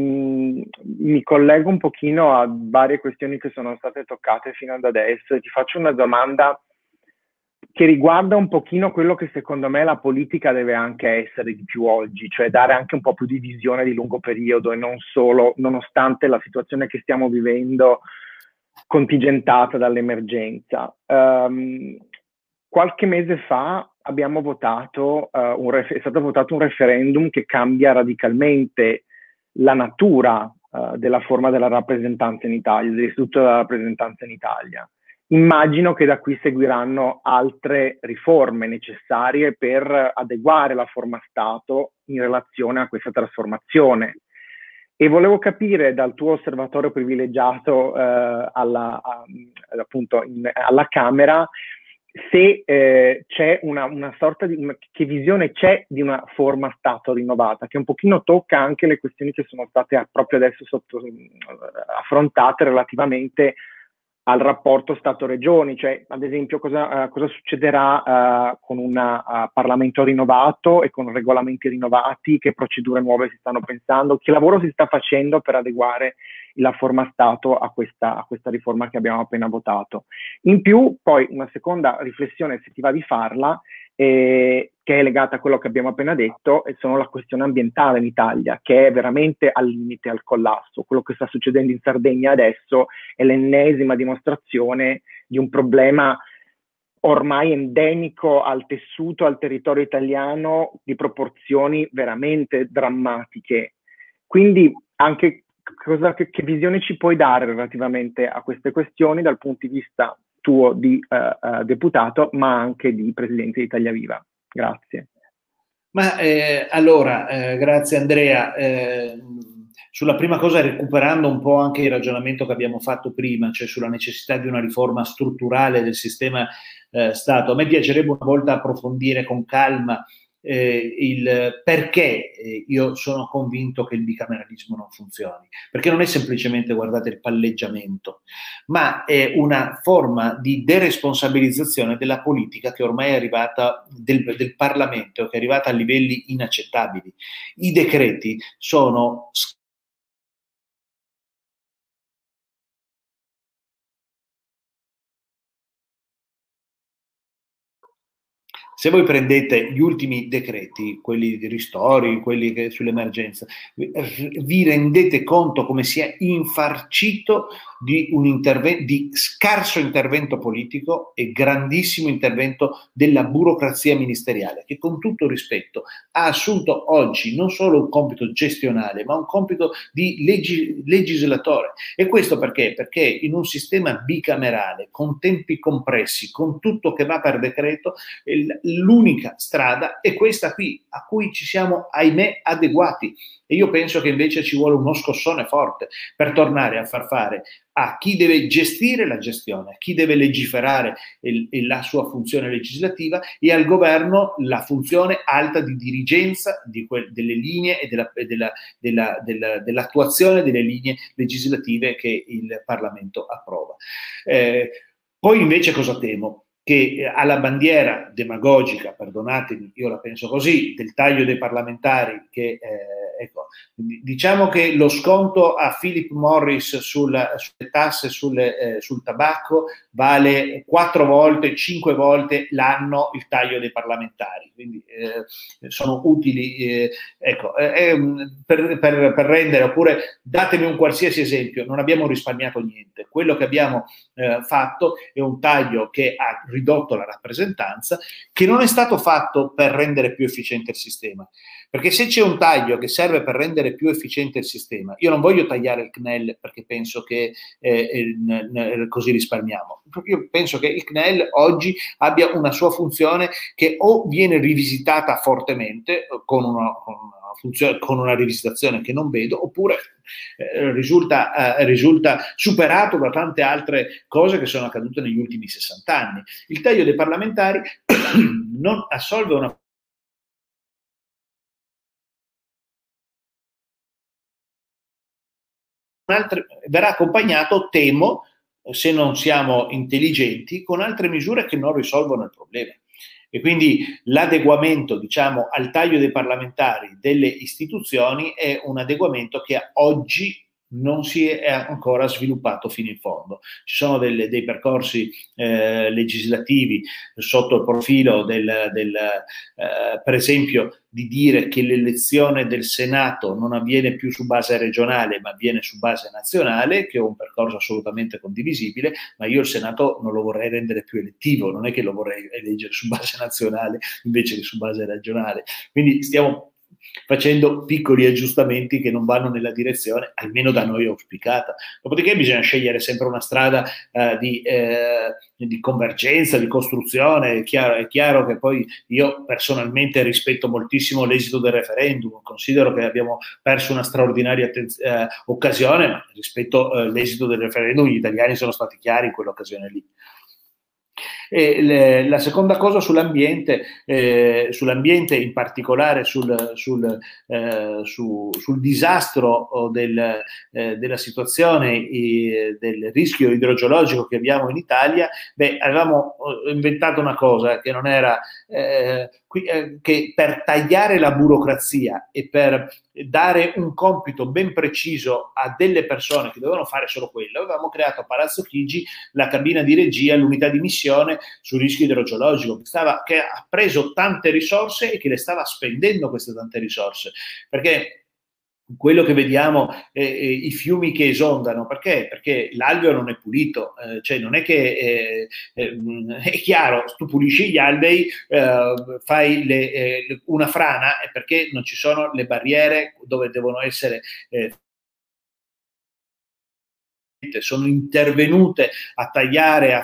mi collego un pochino a varie questioni che sono state toccate fino ad adesso e ti faccio una domanda che riguarda un pochino quello che secondo me la politica deve anche essere di più oggi, cioè dare anche un po' più di visione di lungo periodo e non solo, nonostante la situazione che stiamo vivendo contingentata dall'emergenza. Qualche mese fa abbiamo votato, è stato votato un referendum che cambia radicalmente la natura della forma della rappresentanza in Italia, dell'istituto della rappresentanza in Italia. Immagino che da qui seguiranno altre riforme necessarie per adeguare la forma Stato in relazione a questa trasformazione. E volevo capire dal tuo osservatorio privilegiato appunto alla Camera se c'è una sorta di, che visione c'è di una forma Stato rinnovata, che un pochino tocca anche le questioni che sono state proprio adesso affrontate relativamente al rapporto Stato-Regioni, cioè ad esempio cosa succederà con un Parlamento rinnovato e con regolamenti rinnovati, che procedure nuove si stanno pensando, che lavoro si sta facendo per adeguare la forma Stato a questa riforma che abbiamo appena votato. In più, poi una seconda riflessione, se ti va di farla, che è legata a quello che abbiamo appena detto, e sono la questione ambientale in Italia, che è veramente al limite, al collasso. Quello che sta succedendo in Sardegna adesso è l'ennesima dimostrazione di un problema ormai endemico al tessuto, al territorio italiano, di proporzioni veramente drammatiche. Quindi anche che visione ci puoi dare relativamente a queste questioni dal punto di vista tuo di deputato, ma anche di presidente di Italia Viva? Grazie. Ma allora, grazie Andrea. Sulla prima cosa, recuperando un po' anche il ragionamento che abbiamo fatto prima, cioè sulla necessità di una riforma strutturale del sistema Stato, a me piacerebbe una volta approfondire con calma il perché io sono convinto che il bicameralismo non funzioni, perché non è semplicemente, guardate, il palleggiamento, ma è una forma di deresponsabilizzazione della politica che ormai è arrivata, del Parlamento, che è arrivata a livelli inaccettabili. I decreti sono se voi prendete gli ultimi decreti, quelli di ristori, quelli che sull'emergenza, vi rendete conto come sia infarcito di di scarso intervento politico e grandissimo intervento della burocrazia ministeriale, che con tutto rispetto ha assunto oggi non solo un compito gestionale, ma un compito di legislatore. E questo perché? Perché in un sistema bicamerale, con tempi compressi, con tutto che va per decreto, l'unica strada è questa qui, a cui ci siamo, ahimè, adeguati. E io penso che invece ci vuole uno scossone forte per tornare a far fare a chi deve gestire la gestione, a chi deve legiferare la sua funzione legislativa, e al governo la funzione alta di dirigenza delle linee e dell'attuazione delle linee legislative che il Parlamento approva. Poi invece cosa temo? Che alla bandiera demagogica, perdonatemi, io la penso così, del taglio dei parlamentari, che ecco, diciamo che lo sconto a Philip Morris sulle tasse sul tabacco vale 4 volte, 5 volte l'anno il taglio dei parlamentari, quindi sono utili, ecco, per rendere, oppure datemi un qualsiasi esempio, non abbiamo risparmiato niente. Quello che abbiamo fatto è un taglio che ha ridotto la rappresentanza, che non è stato fatto per rendere più efficiente il sistema, Perché se c'è un taglio che serve per rendere più efficiente il sistema, io non voglio tagliare il CNEL perché penso che così risparmiamo. Io penso che il CNEL oggi abbia una sua funzione che o viene rivisitata fortemente con una rivisitazione che non vedo, oppure risulta superato da tante altre cose che sono accadute negli ultimi 60 anni. Il taglio dei parlamentari non assolve una verrà accompagnato, temo, se non siamo intelligenti, con altre misure che non risolvono il problema. E quindi l'adeguamento, diciamo, al taglio dei parlamentari delle istituzioni è un adeguamento che oggi non si è ancora sviluppato fino in fondo. Ci sono dei percorsi legislativi sotto il profilo per esempio, di dire che l'elezione del Senato non avviene più su base regionale, ma avviene su base nazionale, che è un percorso assolutamente condivisibile, ma io il Senato non lo vorrei rendere più elettivo, non è che lo vorrei eleggere su base nazionale invece che su base regionale. Quindi stiamo facendo piccoli aggiustamenti che non vanno nella direzione, almeno da noi, auspicata. Dopodiché bisogna scegliere sempre una strada di convergenza, di costruzione. È chiaro che poi io personalmente rispetto moltissimo l'esito del referendum, considero che abbiamo perso una straordinaria occasione, ma rispetto all'esito del referendum gli italiani sono stati chiari in quell'occasione lì. E la seconda cosa sull'ambiente, in particolare sul disastro della situazione del rischio idrogeologico che abbiamo in Italia, avevamo inventato una cosa che non era che per tagliare la burocrazia e per dare un compito ben preciso a delle persone che dovevano fare solo quello, avevamo creato a Palazzo Chigi la cabina di regia, l'unità di missione sul rischio idrogeologico, che ha preso tante risorse e che le stava spendendo queste tante risorse, perché quello che vediamo, i fiumi che esondano, perché? Perché l'alveo non è pulito, cioè non è che è chiaro, tu pulisci gli alvei, fai una frana, è perché non ci sono le barriere dove devono essere sono intervenute a tagliare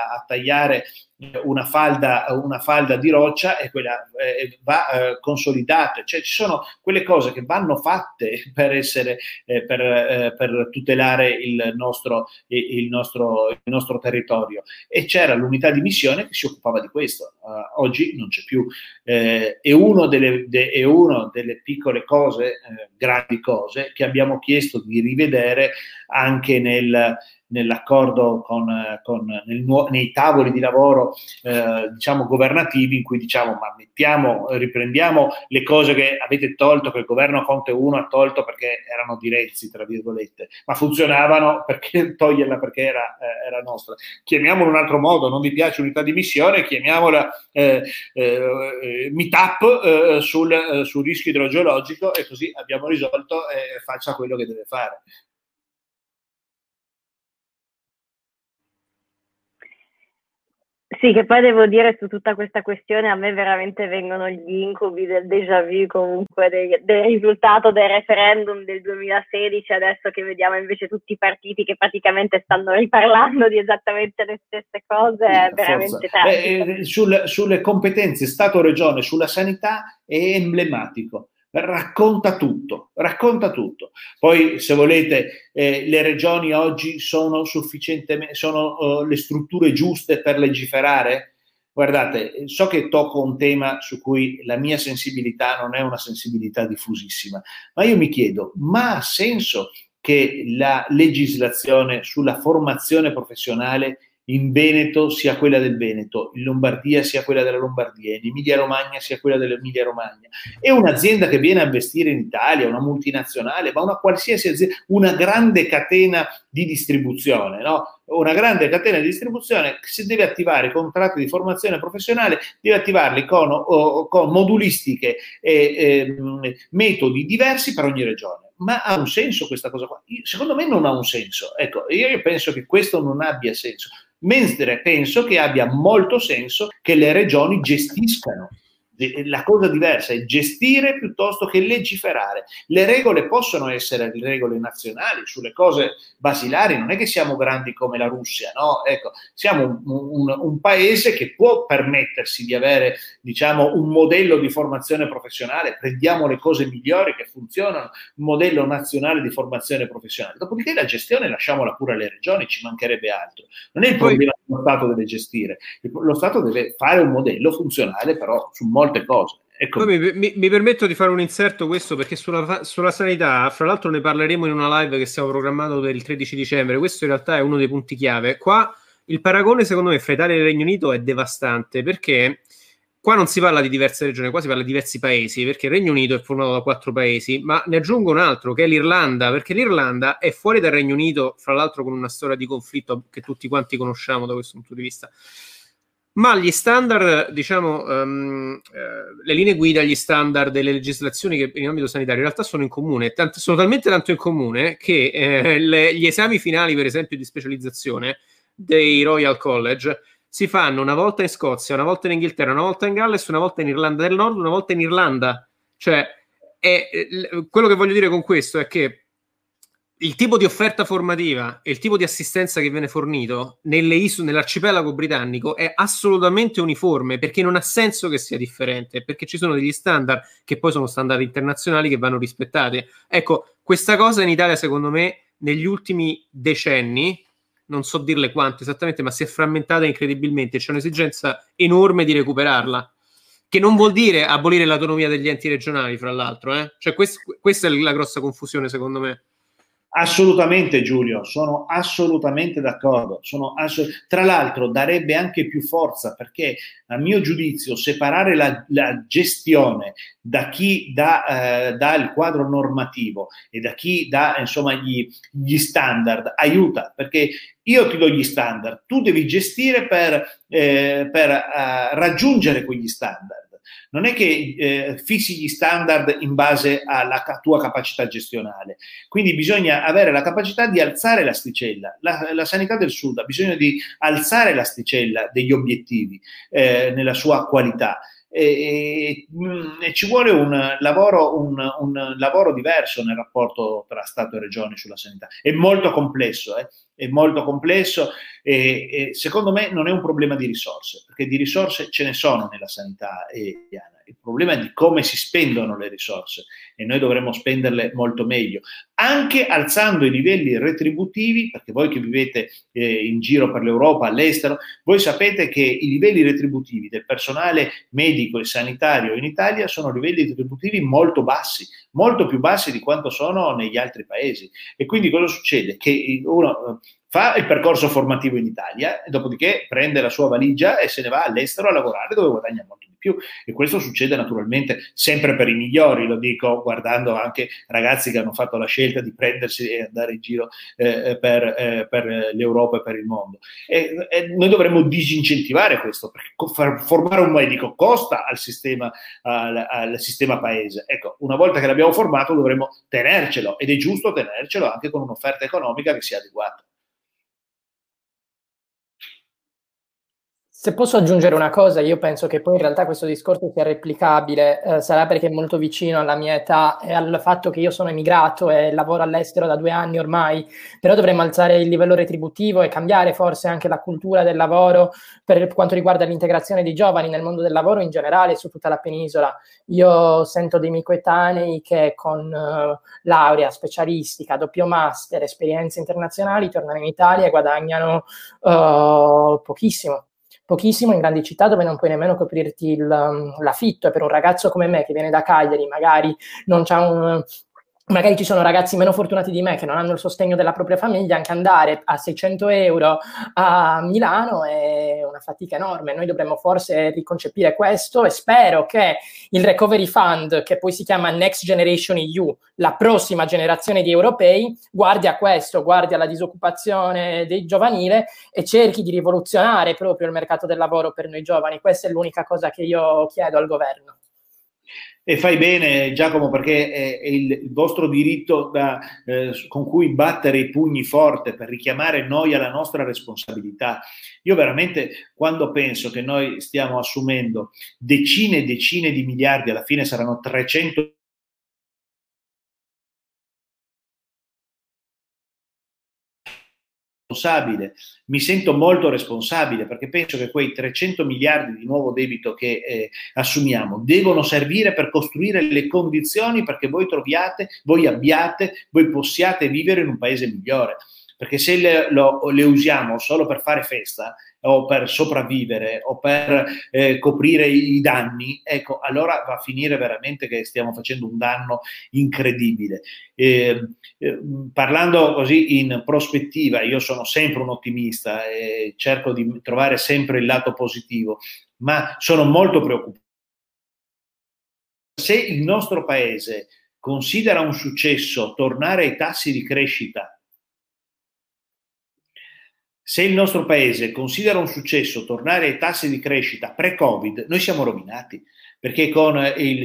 una falda di roccia, e quella va consolidata. Cioè ci sono quelle cose che vanno fatte per essere per tutelare il nostro territorio, e c'era l'unità di missione che si occupava di questo. Oggi non c'è più, è uno delle piccole cose, grandi cose che abbiamo chiesto di rivedere anche nell'accordo nei tavoli di lavoro diciamo governativi, in cui diciamo riprendiamo le cose che avete tolto, che il governo Conte 1 ha tolto perché erano di Renzi, tra virgolette, ma funzionavano, perché toglierla perché era nostra. Chiamiamola in un altro modo, non vi piace unità di missione, chiamiamola meetup sul rischio idrogeologico, e così abbiamo risolto, e faccia quello che deve fare. Sì, che poi devo dire, su tutta questa questione a me veramente vengono gli incubi del déjà vu, comunque del risultato del referendum del 2016, adesso che vediamo invece tutti i partiti che praticamente stanno riparlando di esattamente le stesse cose, è veramente tragico. Sulle competenze Stato-Regione, sulla sanità è emblematico. Racconta tutto. Poi, se volete, le regioni oggi sono le strutture giuste per legiferare? Guardate, so che tocco un tema su cui la mia sensibilità non è una sensibilità diffusissima, ma io mi chiedo, ma ha senso che la legislazione sulla formazione professionale in Veneto sia quella del Veneto, in Lombardia sia quella della Lombardia, in Emilia Romagna sia quella dell'Emilia Romagna? È un'azienda che viene a investire in Italia, una multinazionale, ma una qualsiasi azienda, una grande catena di distribuzione, no? Una grande catena di distribuzione che, se deve attivare i contratti di formazione professionale, deve attivarli con modulistiche e metodi diversi per ogni regione. Ma ha un senso questa cosa qua? Secondo me non ha un senso. Ecco, io penso che questo non abbia senso, mentre penso che abbia molto senso che le regioni gestiscano La cosa diversa è gestire piuttosto che legiferare. Le regole possono essere regole nazionali sulle cose basilari, non è che siamo grandi come la Russia, no? Ecco, siamo un paese che può permettersi di avere, diciamo, un modello di formazione professionale, prendiamo le cose migliori che funzionano, un modello nazionale di formazione professionale. Dopodiché la gestione lasciamola pure alle regioni, ci mancherebbe altro. Non è il problema che lo Stato deve gestire, lo Stato deve fare un modello funzionale però su molte cose. Ecco. Mi permetto di fare un inserto questo perché sulla sanità, fra l'altro ne parleremo in una live che stiamo programmando per il 13 dicembre, questo in realtà è uno dei punti chiave. Qua il paragone secondo me fra Italia e Regno Unito è devastante, perché qua non si parla di diverse regioni, qua si parla di diversi paesi, perché il Regno Unito è formato da 4 paesi, ma ne aggiungo un altro che è l'Irlanda, perché l'Irlanda è fuori dal Regno Unito, fra l'altro con una storia di conflitto che tutti quanti conosciamo da questo punto di vista. Ma gli standard, diciamo, le linee guida, gli standard e le legislazioni che in ambito sanitario in realtà sono in comune, sono talmente tanto in comune che gli esami finali, per esempio, di specializzazione dei Royal College si fanno una volta in Scozia, una volta in Inghilterra, una volta in Galles, una volta in Irlanda del Nord, una volta in Irlanda. Cioè, quello che voglio dire con questo è che il tipo di offerta formativa e il tipo di assistenza che viene fornito nell'arcipelago britannico è assolutamente uniforme, perché non ha senso che sia differente, perché ci sono degli standard che poi sono standard internazionali che vanno rispettati. Ecco, questa cosa in Italia secondo me negli ultimi decenni, non so dirle quante esattamente, ma si è frammentata incredibilmente, c'è un'esigenza enorme di recuperarla, che non vuol dire abolire l'autonomia degli enti regionali, fra l'altro, Cioè questa è la grossa confusione secondo me. Assolutamente Giulio, sono assolutamente d'accordo. Tra l'altro darebbe anche più forza, perché a mio giudizio separare la gestione da chi dà il quadro normativo e da chi dà insomma gli standard aiuta, perché io ti do gli standard, tu devi gestire per raggiungere quegli standard. Non è che fissi gli standard in base alla tua capacità gestionale, quindi bisogna avere la capacità di alzare l'asticella. La sanità del Sud ha bisogno di alzare l'asticella degli obiettivi nella sua qualità. E ci vuole un lavoro diverso nel rapporto tra Stato e Regioni sulla sanità. È molto complesso, è molto complesso e secondo me non è un problema di risorse, perché di risorse ce ne sono nella sanità italiana. Il problema è di come si spendono le risorse e noi dovremmo spenderle molto meglio, anche alzando i livelli retributivi, perché voi che vivete in giro per l'Europa, all'estero, voi sapete che i livelli retributivi del personale medico e sanitario in Italia sono livelli retributivi molto bassi, molto più bassi di quanto sono negli altri paesi. E quindi cosa succede? Che uno fa il percorso formativo in Italia e dopodiché prende la sua valigia e se ne va all'estero a lavorare dove guadagna molto di più. E questo succede naturalmente sempre per i migliori, lo dico guardando anche ragazzi che hanno fatto la scelta di prendersi e andare in giro per l'Europa e per il mondo. E noi dovremmo disincentivare questo, perché formare un medico costa al sistema paese. Ecco, una volta che l'abbiamo formato dovremmo tenercelo, ed è giusto tenercelo anche con un'offerta economica che sia adeguata. Se posso aggiungere una cosa, io penso che poi in realtà questo discorso sia replicabile, sarà perché è molto vicino alla mia età e al fatto che io sono emigrato e lavoro all'estero da 2 anni ormai, però dovremmo alzare il livello retributivo e cambiare forse anche la cultura del lavoro per quanto riguarda l'integrazione dei giovani nel mondo del lavoro in generale su tutta la penisola. Io sento dei miei coetanei che con laurea specialistica, doppio master, esperienze internazionali tornano in Italia e guadagnano pochissimo in grandi città dove non puoi nemmeno coprirti l'affitto, e per un ragazzo come me che viene da Cagliari magari non c'ha magari ci sono ragazzi meno fortunati di me che non hanno il sostegno della propria famiglia, anche andare a 600 euro a Milano è una fatica enorme. Noi dovremmo forse riconcepire questo e spero che il Recovery Fund, che poi si chiama Next Generation EU, la prossima generazione di europei, guardi a questo, guardi alla disoccupazione dei giovanile e cerchi di rivoluzionare proprio il mercato del lavoro per noi giovani. Questa è l'unica cosa che io chiedo al governo. E fai bene, Giacomo, perché è il vostro diritto con cui battere i pugni forte per richiamare noi alla nostra responsabilità. Io veramente, quando penso che noi stiamo assumendo decine e decine di miliardi, alla fine saranno 300 responsabile, mi sento molto responsabile, perché penso che quei 300 miliardi di nuovo debito che assumiamo devono servire per costruire le condizioni perché voi possiate vivere in un paese migliore. Perché se le usiamo solo per fare festa o per sopravvivere o per coprire i danni, ecco, allora va a finire veramente che stiamo facendo un danno incredibile. Parlando così in prospettiva, io sono sempre un ottimista e cerco di trovare sempre il lato positivo, ma sono molto preoccupato. Se il nostro paese considera un successo tornare ai tassi di crescita, se il nostro paese considera un successo tornare ai tassi di crescita pre-Covid, noi siamo rovinati, perché con il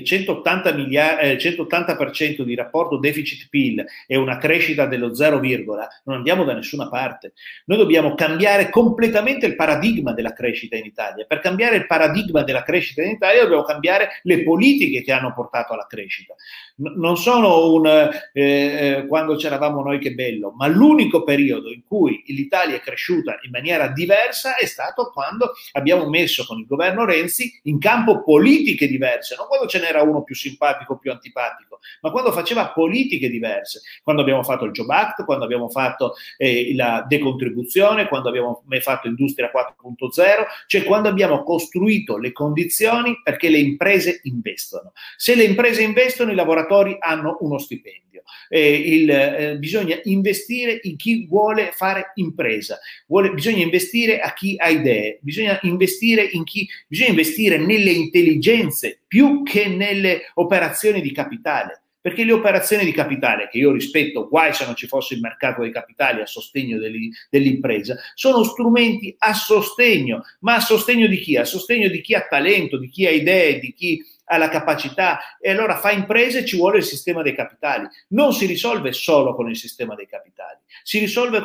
180% di rapporto deficit-PIL e una crescita dello 0, non andiamo da nessuna parte. Noi dobbiamo cambiare completamente il paradigma della crescita in Italia. Per cambiare il paradigma della crescita in Italia dobbiamo cambiare le politiche che hanno portato alla crescita. Non sono quando c'eravamo noi che bello, ma l'unico periodo in cui l'Italia è cresciuta in maniera diversa è stato quando abbiamo messo con il governo Renzi in campo politiche diverse, non quando ce n'era uno più simpatico o più antipatico, ma quando faceva politiche diverse, quando abbiamo fatto il Job Act, quando abbiamo fatto la decontribuzione, quando abbiamo fatto Industria 4.0, cioè quando abbiamo costruito le condizioni perché le imprese investono. Se le imprese investono, i lavoratori hanno uno stipendio. Bisogna investire in chi vuole fare impresa, bisogna investire a chi ha idee, bisogna investire nelle intelligenze più che nelle operazioni di capitale, perché le operazioni di capitale, che io rispetto, guai se non ci fosse il mercato dei capitali a sostegno dell'impresa, sono strumenti a sostegno, ma a sostegno di chi? A sostegno di chi ha talento, di chi ha idee, di chi ha la capacità. E allora fa imprese, ci vuole il sistema dei capitali. Non si risolve solo con il sistema dei capitali, si risolve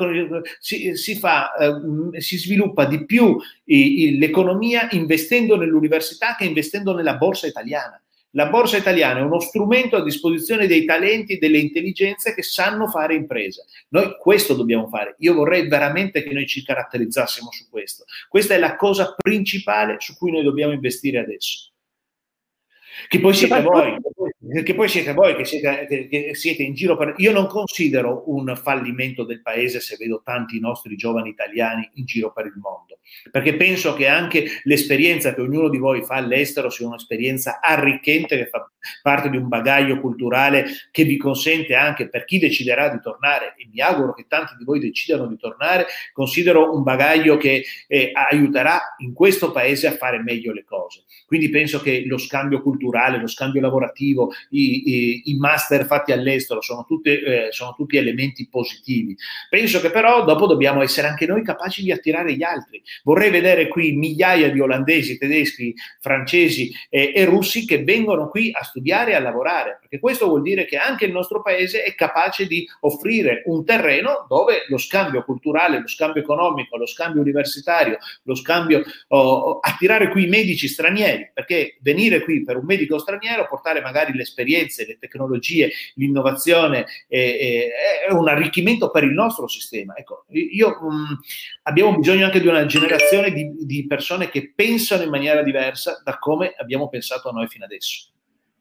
si sviluppa di più l'economia investendo nell'università che investendo nella borsa italiana. La borsa italiana è uno strumento a disposizione dei talenti e delle intelligenze che sanno fare impresa. Noi questo dobbiamo fare. Io vorrei veramente che noi ci caratterizzassimo su questo. Questa è la cosa principale su cui noi dobbiamo investire adesso. Che poi siete voi che siete in giro per... Io non considero un fallimento del paese se vedo tanti nostri giovani italiani in giro per il mondo, perché penso che anche l'esperienza che ognuno di voi fa all'estero sia un'esperienza arricchente, che fa parte di un bagaglio culturale che vi consente anche, per chi deciderà di tornare, e mi auguro che tanti di voi decidano di tornare, considero un bagaglio che aiuterà in questo paese a fare meglio le cose. Quindi penso che lo scambio culturale, lo scambio lavorativo, i master fatti all'estero sono tutti elementi positivi. Penso che però dopo dobbiamo essere anche noi capaci di attirare gli altri. Vorrei vedere qui migliaia di olandesi, tedeschi, francesi e russi che vengono qui a studiare e a lavorare, perché questo vuol dire che anche il nostro paese è capace di offrire un terreno dove lo scambio culturale, lo scambio economico, lo scambio universitario, lo scambio, attirare qui medici stranieri, perché venire qui per un medico straniero, portare magari le esperienze, le tecnologie, l'innovazione è un arricchimento per il nostro sistema. Ecco, abbiamo bisogno anche di una generazione di persone che pensano in maniera diversa da come abbiamo pensato noi fino adesso.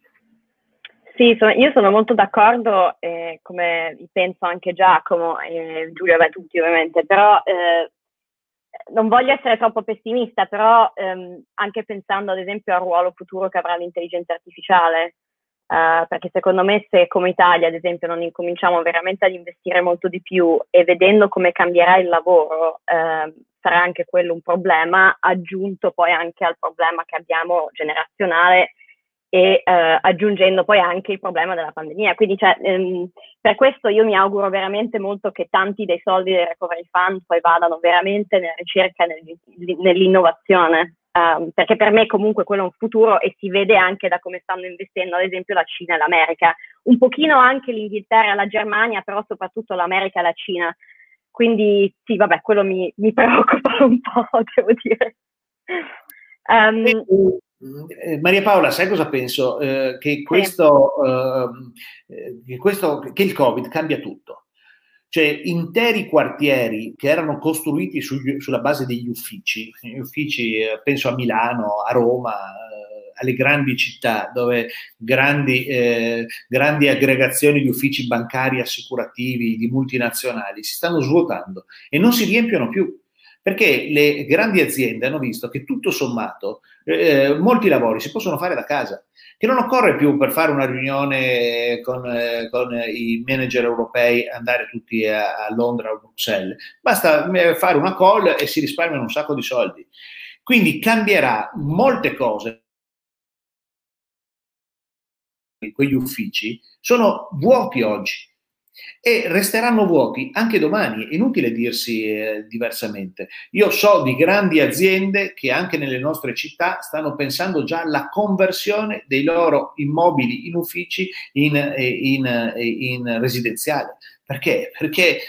Sì, io sono molto d'accordo, come penso anche Giacomo e Giulio, tutti ovviamente, però non voglio essere troppo pessimista, però anche pensando ad esempio al ruolo futuro che avrà l'intelligenza artificiale, perché secondo me se come Italia ad esempio non incominciamo veramente ad investire molto di più e vedendo come cambierà il lavoro, sarà anche quello un problema, aggiunto poi anche al problema che abbiamo generazionale e aggiungendo poi anche il problema della pandemia. Quindi per questo io mi auguro veramente molto che tanti dei soldi del Recovery Fund poi vadano veramente nella ricerca e nell'innovazione, perché per me comunque quello è un futuro e si vede anche da come stanno investendo ad esempio la Cina e l'America, un pochino anche l'Inghilterra e la Germania, però soprattutto l'America e la Cina. Quindi sì, vabbè, quello mi preoccupa un po', devo dire. Maria Paola, sai cosa penso? Che il Covid cambia tutto. Cioè, interi quartieri che erano costruiti sulla base degli uffici, penso a Milano, a Roma, alle grandi città, dove grandi aggregazioni di uffici bancari, assicurativi, di multinazionali si stanno svuotando e non si riempiono più. Perché le grandi aziende hanno visto che tutto sommato molti lavori si possono fare da casa, che non occorre più per fare una riunione con i manager europei andare tutti a Londra o a Bruxelles, basta fare una call e si risparmiano un sacco di soldi. Quindi cambierà molte cose. Quegli uffici sono vuoti oggi e resteranno vuoti anche domani, è inutile dirsi diversamente. Io so di grandi aziende che anche nelle nostre città stanno pensando già alla conversione dei loro immobili in uffici in residenziale. Perché? Perché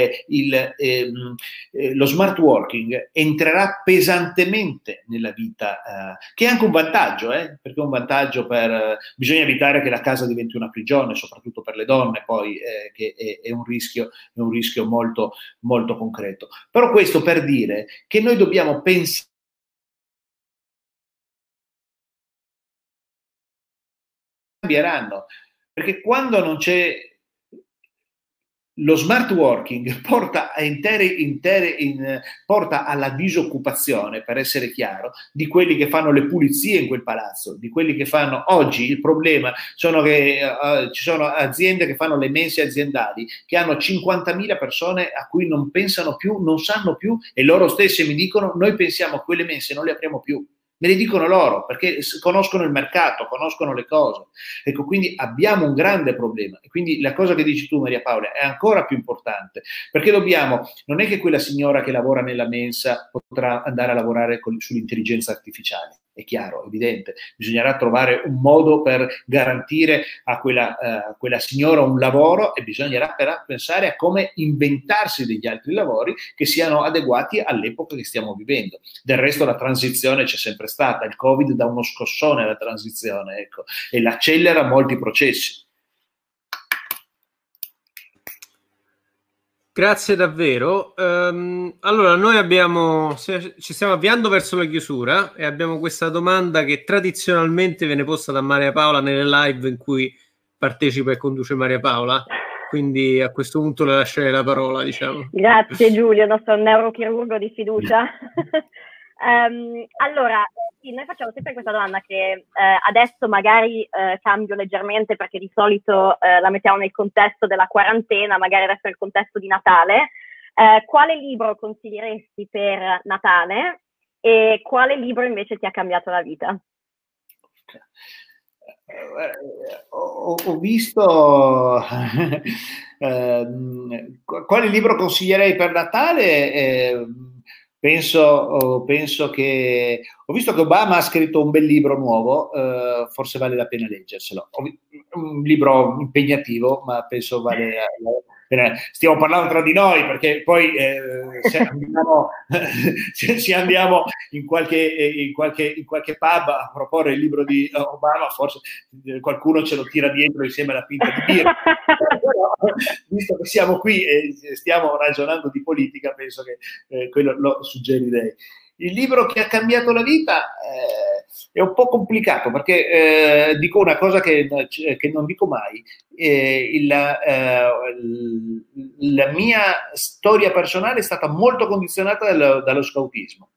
lo smart working entrerà pesantemente nella vita, che è anche un vantaggio, perché è un vantaggio bisogna evitare che la casa diventi una prigione, soprattutto per le donne, poi che è un rischio molto, molto concreto. Però questo per dire che noi dobbiamo pensare cambieranno, perché quando non c'è lo smart working porta porta alla disoccupazione, per essere chiaro, di quelli che fanno le pulizie in quel palazzo, di quelli che fanno oggi. Il problema sono che ci sono aziende che fanno le mense aziendali che hanno 50.000 persone a cui non pensano più, non sanno più, e loro stessi mi dicono: noi pensiamo a quelle mense, non le apriamo più. Me le dicono loro, perché conoscono il mercato, conoscono le cose. Ecco, quindi abbiamo un grande problema. E quindi la cosa che dici tu, Maria Paola, è ancora più importante, perché non è che quella signora che lavora nella mensa potrà andare a lavorare sull'intelligenza artificiale. È chiaro, evidente. Bisognerà trovare un modo per garantire a quella signora un lavoro, e bisognerà però pensare a come inventarsi degli altri lavori che siano adeguati all'epoca che stiamo vivendo. Del resto la transizione c'è sempre stata, il Covid dà uno scossone alla transizione, ecco, e l'accelera molti processi. Grazie davvero. Allora, noi ci stiamo avviando verso la chiusura e abbiamo questa domanda che tradizionalmente viene posta da Maria Paola nelle live in cui partecipa e conduce Maria Paola. Quindi a questo punto le lascerei la parola, diciamo. Grazie Giulio, nostro neurochirurgo di fiducia. Allora, sì, noi facciamo sempre questa domanda che adesso magari cambio leggermente, perché di solito la mettiamo nel contesto della quarantena, magari adesso nel contesto di Natale. Quale libro consiglieresti per Natale e quale libro invece ti ha cambiato la vita? Ho visto quale libro consiglierei per Natale. Penso che ho visto che Obama ha scritto un bel libro nuovo, forse vale la pena leggerselo. Un libro impegnativo, ma penso vale la pena. Stiamo parlando tra di noi, perché poi se andiamo in qualche pub a proporre il libro di Obama, forse qualcuno ce lo tira dietro insieme alla pinta di birra. Però, visto che siamo qui e stiamo ragionando di politica, penso che quello lo suggerirei. Il libro che ha cambiato la vita è un po' complicato, perché dico una cosa che non dico mai. La mia storia personale è stata molto condizionata dallo scautismo.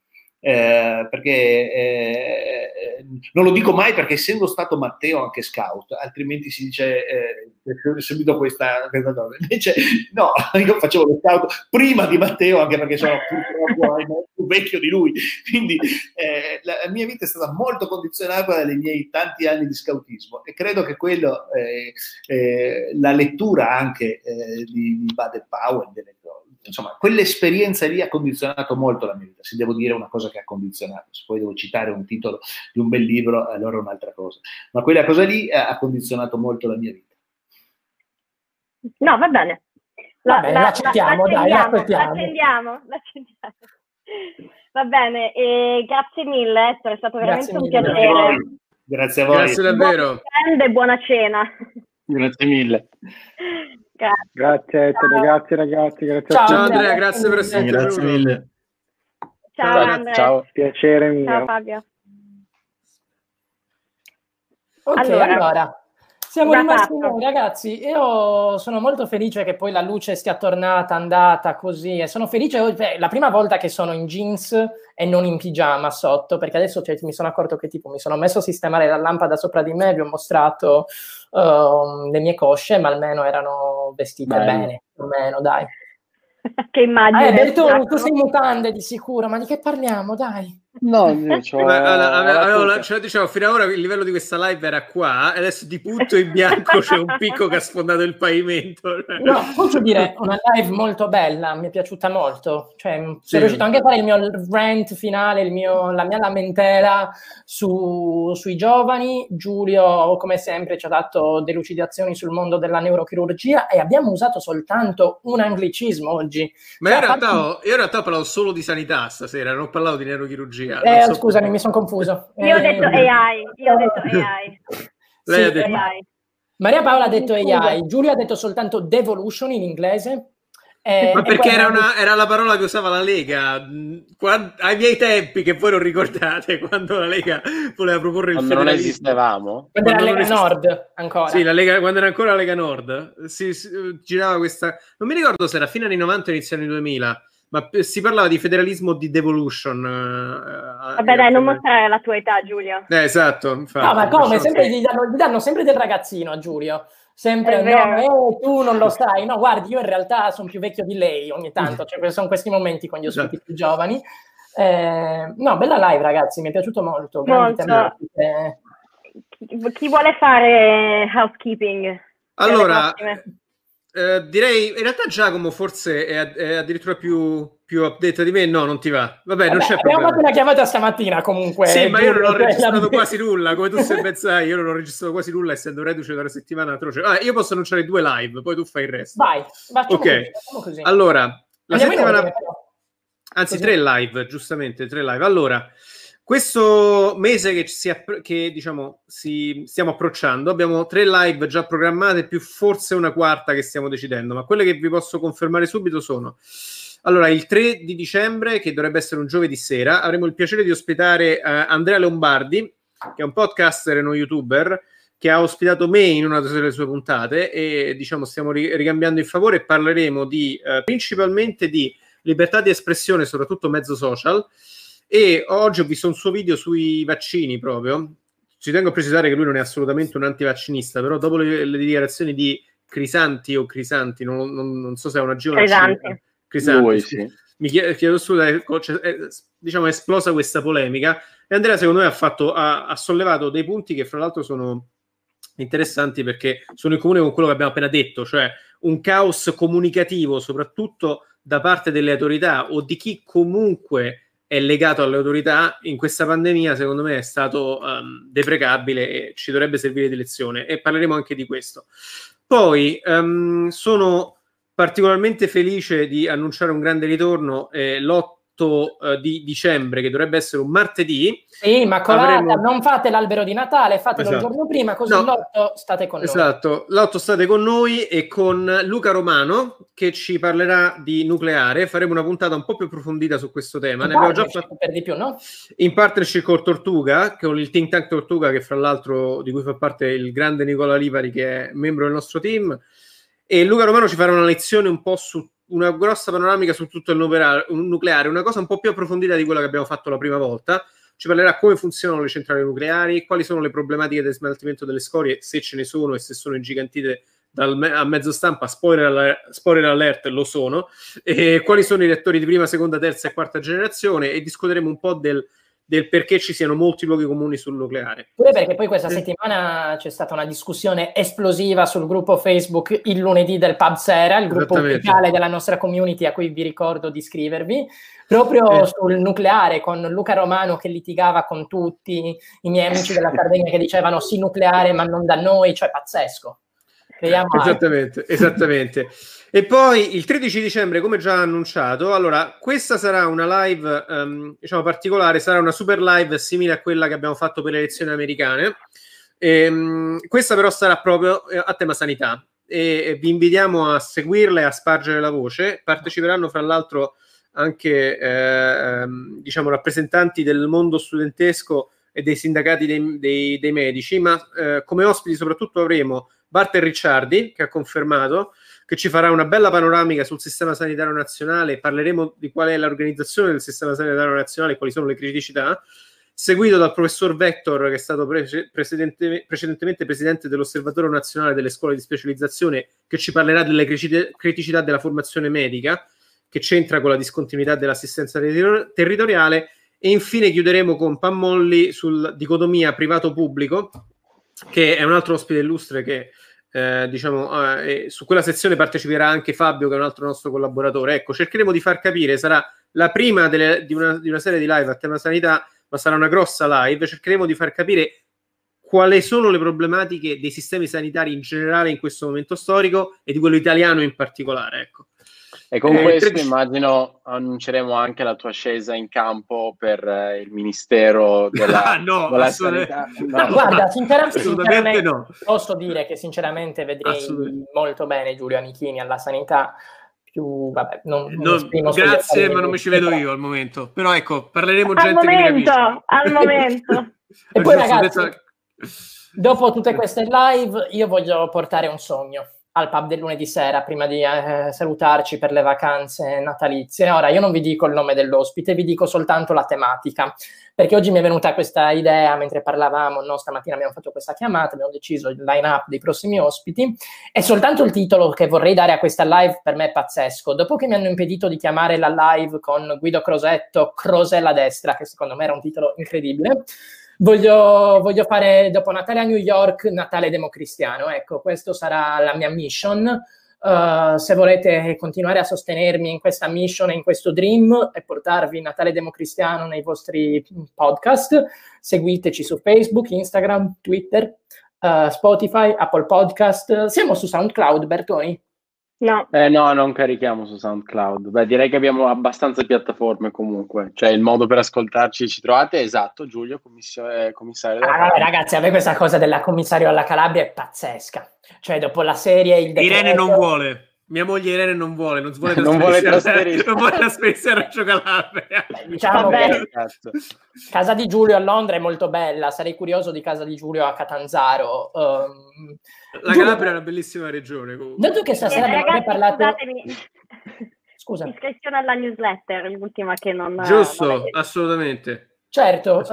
Perché non lo dico mai, perché essendo stato Matteo anche scout, altrimenti si dice subito questa cosa. Invece no, io facevo lo scout prima di Matteo, anche perché sono purtroppo più vecchio di lui, quindi la mia vita è stata molto condizionata dai miei tanti anni di scautismo, e credo che quello la lettura anche di Baden-Powell, insomma, quell'esperienza lì ha condizionato molto la mia vita, se devo dire una cosa che ha condizionato, se poi devo citare un titolo di un bel libro, allora è un'altra cosa, ma quella cosa lì ha condizionato molto la mia vita. No, va bene. L'accettiamo, dai, l'accendiamo. Va bene, grazie mille, Ettore, è stato veramente un piacere. Grazie a voi. Grazie davvero. Buon weekend e buona cena. Grazie mille. Grazie Ettore, grazie ragazzi. Grazie Ciao, a tutti. Andrea, grazie per essere Grazie venuto. mille. Ciao Andrea. Ciao. Piacere mio. Ciao Fabio. Ok, allora siamo rimasti noi, ragazzi. Io sono molto felice che poi la luce sia tornata, andata così, e sono felice, la prima volta che sono in jeans e non in pigiama sotto, perché adesso mi sono accorto che tipo mi sono messo a sistemare la lampada sopra di me, vi ho mostrato le mie cosce, ma almeno erano vestite bene, almeno dai. Che immagine. Bertone, tu sei in mutande di sicuro, ma di che parliamo, dai? No, diciamo, fino ad ora il livello di questa live era qua, e adesso di punto in bianco c'è un picco che ha sfondato il pavimento. No, posso dire, una live molto bella, mi è piaciuta molto, cioè sono riuscito anche a fare il mio rant finale, la mia lamentela sui giovani. Giulio, come sempre, ci ha dato delucidazioni sul mondo della neurochirurgia e abbiamo usato soltanto un anglicismo oggi. Ma io in realtà ho parlato solo di sanità stasera, non ho parlato di neurochirurgia. Scusami, mi sono confuso. Io ho detto AI. Lei ha detto AI. Maria Paola ha detto AI, Giulio ha detto soltanto devolution in inglese. Ma perché era la parola che usava la Lega ai miei tempi, che voi non ricordate, quando la Lega voleva proporre il federalismo. Non esistevamo? Quando era Lega Nord ancora. Sì, quando era ancora Lega Nord. Si girava questa... Non mi ricordo se era fine anni 90 o inizio anni 2000, ma si parlava di federalismo, di devolution. Vabbè dai, non mostrare la tua età, Giulio. Esatto. Infatti, no, ma come? Sempre gli danno sempre del ragazzino a Giulio. Sempre, tu non lo sai. No, guardi, io in realtà sono più vecchio di lei ogni tanto. Cioè, sono questi momenti con gli ospiti più giovani. No, bella live, ragazzi, mi è piaciuto molto. Chi vuole fare housekeeping? Allora... direi in realtà Giacomo forse è addirittura più update di me. No, non ti va. Vabbè, non c'è problema. Abbiamo fatto una chiamata stamattina comunque. Sì, ma io non ho registrato quasi nulla, come tu ben sai. Io non ho registrato quasi nulla, essendo reduce da una settimana atroce. Io posso annunciare 2 live, poi tu fai il resto. Vai, ok. Così. Allora, la settimana... Anzi, così. 3 live, giustamente, 3 live. Allora, questo mese che stiamo approcciando, abbiamo 3 live già programmate, più forse una quarta che stiamo decidendo, ma quelle che vi posso confermare subito sono: allora, il 3 di dicembre, che dovrebbe essere un giovedì sera, avremo il piacere di ospitare Andrea Lombardi, che è un podcaster e uno youtuber, che ha ospitato me in una delle sue puntate, e stiamo ricambiando il favore e parleremo principalmente di libertà di espressione, soprattutto mezzo social. E oggi ho visto un suo video sui vaccini proprio. Ci tengo a precisare che lui non è assolutamente un antivaccinista, però dopo le dichiarazioni di Crisanti, non so se è una Crisanti, lui, sì. Mi chiedo scusa, è esplosa questa polemica, e Andrea secondo me ha sollevato dei punti che fra l'altro sono interessanti, perché sono in comune con quello che abbiamo appena detto, cioè un caos comunicativo soprattutto da parte delle autorità o di chi comunque è legato alle autorità in questa pandemia. Secondo me è stato deprecabile e ci dovrebbe servire di lezione, e parleremo anche di questo. Poi sono particolarmente felice di annunciare un grande ritorno l'8 di dicembre, che dovrebbe essere un martedì. Sì, ma non fate l'albero di Natale, fatelo il giorno prima, così l'8 state con noi. Esatto, l'8 state con noi e con Luca Romano, che ci parlerà di nucleare. Faremo una puntata un po' più approfondita su questo tema. Ne abbiamo già fatto per di più, no? In partnership con Tortuga, con il think tank Tortuga, che fra l'altro di cui fa parte il grande Nicola Livari, che è membro del nostro team. E Luca Romano ci farà una lezione un po' su una grossa panoramica su tutto il nucleare, una cosa un po' più approfondita di quella che abbiamo fatto la prima volta. Ci parlerà come funzionano le centrali nucleari, quali sono le problematiche del smaltimento delle scorie, se ce ne sono e se sono ingigantite a mezzo stampa. Spoiler alert, lo sono, e quali sono i reattori di prima, seconda, terza e quarta generazione, e discuteremo un po' del del perché ci siano molti luoghi comuni sul nucleare. Pure perché poi questa settimana c'è stata una discussione esplosiva sul gruppo Facebook Il lunedì del Pub Sera, il gruppo ufficiale della nostra community a cui vi ricordo di iscrivervi, proprio sul nucleare, con Luca Romano che litigava con tutti, i miei amici della Sardegna che dicevano sì nucleare ma non da noi, cioè pazzesco. Esattamente. E poi il 13 dicembre, come già annunciato, allora questa sarà una live diciamo particolare, sarà una super live simile a quella che abbiamo fatto per le elezioni americane. Questa però sarà proprio a tema sanità e vi invitiamo a seguirla e a spargere la voce. Parteciperanno fra l'altro anche diciamo rappresentanti del mondo studentesco e dei sindacati dei medici, ma come ospiti soprattutto avremo Walter Ricciardi, che ha confermato, che ci farà una bella panoramica sul sistema sanitario nazionale. Parleremo di qual è l'organizzazione del sistema sanitario nazionale e quali sono le criticità, seguito dal professor Vector, che è stato precedentemente presidente dell'Osservatorio Nazionale delle Scuole di Specializzazione, che ci parlerà delle criticità della formazione medica, che c'entra con la discontinuità dell'assistenza territoriale, e infine chiuderemo con Pammolli sul dicotomia privato-pubblico, che è un altro ospite illustre che su quella sezione parteciperà anche Fabio, che è un altro nostro collaboratore. Ecco, cercheremo di far capire, sarà la prima di una serie di live a tema sanità, ma sarà una grossa live. Cercheremo di far capire quali sono le problematiche dei sistemi sanitari in generale in questo momento storico e di quello italiano in particolare, ecco. E con questo immagino annunceremo anche la tua scesa in campo per il Ministero della, della Sanità. No. Guarda, sinceramente no. Posso dire che sinceramente vedrei molto bene Giulio Anichini alla sanità. Vabbè, grazie, ma non mi ci vedo io al momento. Però ecco, parleremo al momento. E poi ragazzi, dopo tutte queste live, io voglio portare un sogno al pub del lunedì sera prima di salutarci per le vacanze natalizie. Ora, io non vi dico il nome dell'ospite, vi dico soltanto la tematica, perché oggi mi è venuta questa idea mentre parlavamo, no? Stamattina abbiamo fatto questa chiamata, abbiamo deciso il line-up dei prossimi ospiti, e soltanto il titolo che vorrei dare a questa live per me è pazzesco. Dopo che mi hanno impedito di chiamare la live con Guido Crosetto, Crosella Destra, che secondo me era un titolo incredibile, voglio fare, dopo Natale a New York, Natale democristiano. Ecco, questo sarà la mia mission. Se volete continuare a sostenermi in questa mission e in questo dream e portarvi Natale democristiano nei vostri podcast, seguiteci su Facebook, Instagram, Twitter, Spotify, Apple Podcast. Siamo su SoundCloud, Bertoni? No. No, non carichiamo su SoundCloud. Beh, direi che abbiamo abbastanza piattaforme comunque. Cioè, il modo per ascoltarci ci trovate, esatto, Giulio, commissario della Calabria. Ragazzi, a me questa cosa della commissario alla Calabria è pazzesca. Cioè, dopo la serie... Irene non vuole. Mia moglie Irene non vuole trasferirsi a Reggio Calabria. Diciamo che casa di Giulio a Londra è molto bella, sarei curioso di casa di Giulio a Catanzaro. La Calabria è una bellissima regione comunque. Dato che stasera abbiamo parlato... Scusa. Iscrizione alla newsletter, l'ultima che non... Giusto, assolutamente. Certo,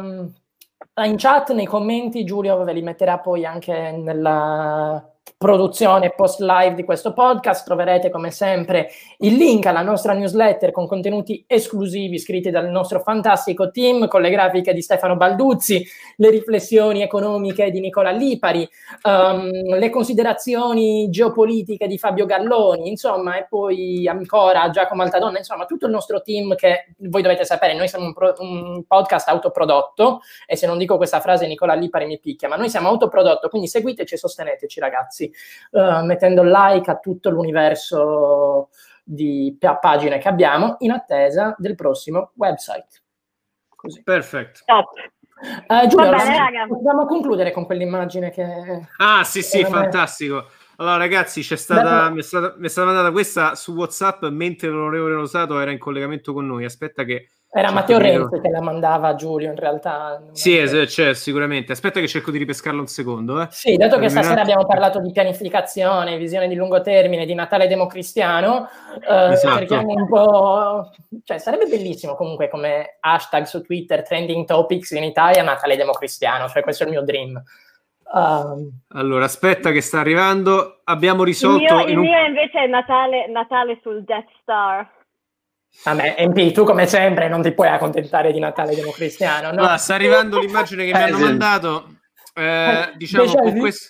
in chat, nei commenti, Giulio ve li metterà poi anche nella produzione post live di questo podcast. Troverete come sempre il link alla nostra newsletter con contenuti esclusivi scritti dal nostro fantastico team, con le grafiche di Stefano Balduzzi, le riflessioni economiche di Nicola Lipari, le considerazioni geopolitiche di Fabio Galloni, insomma, e poi ancora Giacomo Altadonna, insomma tutto il nostro team, che voi dovete sapere, noi siamo un podcast autoprodotto, e se non dico questa frase Nicola Lipari mi picchia, ma noi siamo autoprodotto, quindi seguiteci e sosteneteci, ragazzi, mettendo like a tutto l'universo di pagine che abbiamo, in attesa del prossimo website. Così. Perfetto. Giulio, dobbiamo concludere con quell'immagine che... sì, fantastico. Allora ragazzi, mi è stata mandata questa su WhatsApp mentre l'onorevole Rosato era in collegamento con noi. Aspetta che... Era Matteo Renzi che la mandava a Giulio, in realtà. Sì, c'è sicuramente. Aspetta che cerco di ripescarlo un secondo. Sì, dato che stasera abbiamo parlato di pianificazione, visione di lungo termine, di Natale democristiano, cerchiamo un po'... Cioè, sarebbe bellissimo comunque come hashtag su Twitter, trending topics in Italia, Natale democristiano. Cioè, questo è il mio dream. Allora, aspetta che sta arrivando. Abbiamo risolto... Il mio invece è Natale sul Death Star. Vabbè, MP, tu come sempre non ti puoi accontentare di Natale democristiano, no? Allora, sta arrivando l'immagine che mi hanno mandato. Diciamo con questo.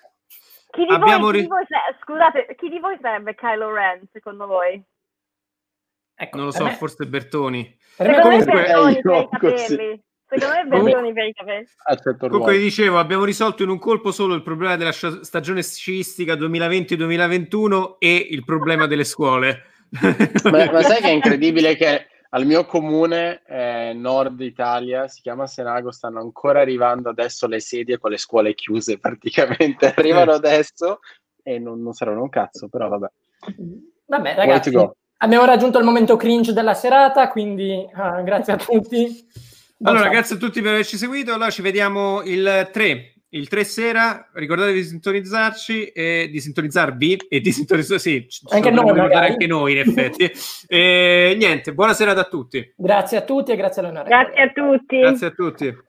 Scusate, chi di voi sarebbe Kylo Ren, secondo voi? Ecco, Non lo so, forse Bertoni. Secondo me Bertoni per i capelli. Secondo me Bertoni per i capelli. Comunque dicevo, abbiamo risolto in un colpo solo il problema della stagione sciistica 2020-2021 e il problema delle scuole. ma sai che è incredibile che al mio comune nord Italia, si chiama Senago, stanno ancora arrivando adesso le sedie con le scuole chiuse praticamente, arrivano adesso e non saranno un cazzo, però vabbè. Vabbè ragazzi, abbiamo raggiunto il momento cringe della serata, quindi grazie a tutti. Allora, grazie a tutti per averci seguito, allora ci vediamo il 3 sera, ricordatevi di sintonizzarci e di sintonizzarvi e di sintonizzarsi, sì, anche noi in effetti. E niente, buona serata a tutti. Grazie a tutti e grazie a Leonardo. Grazie a tutti. Grazie a tutti.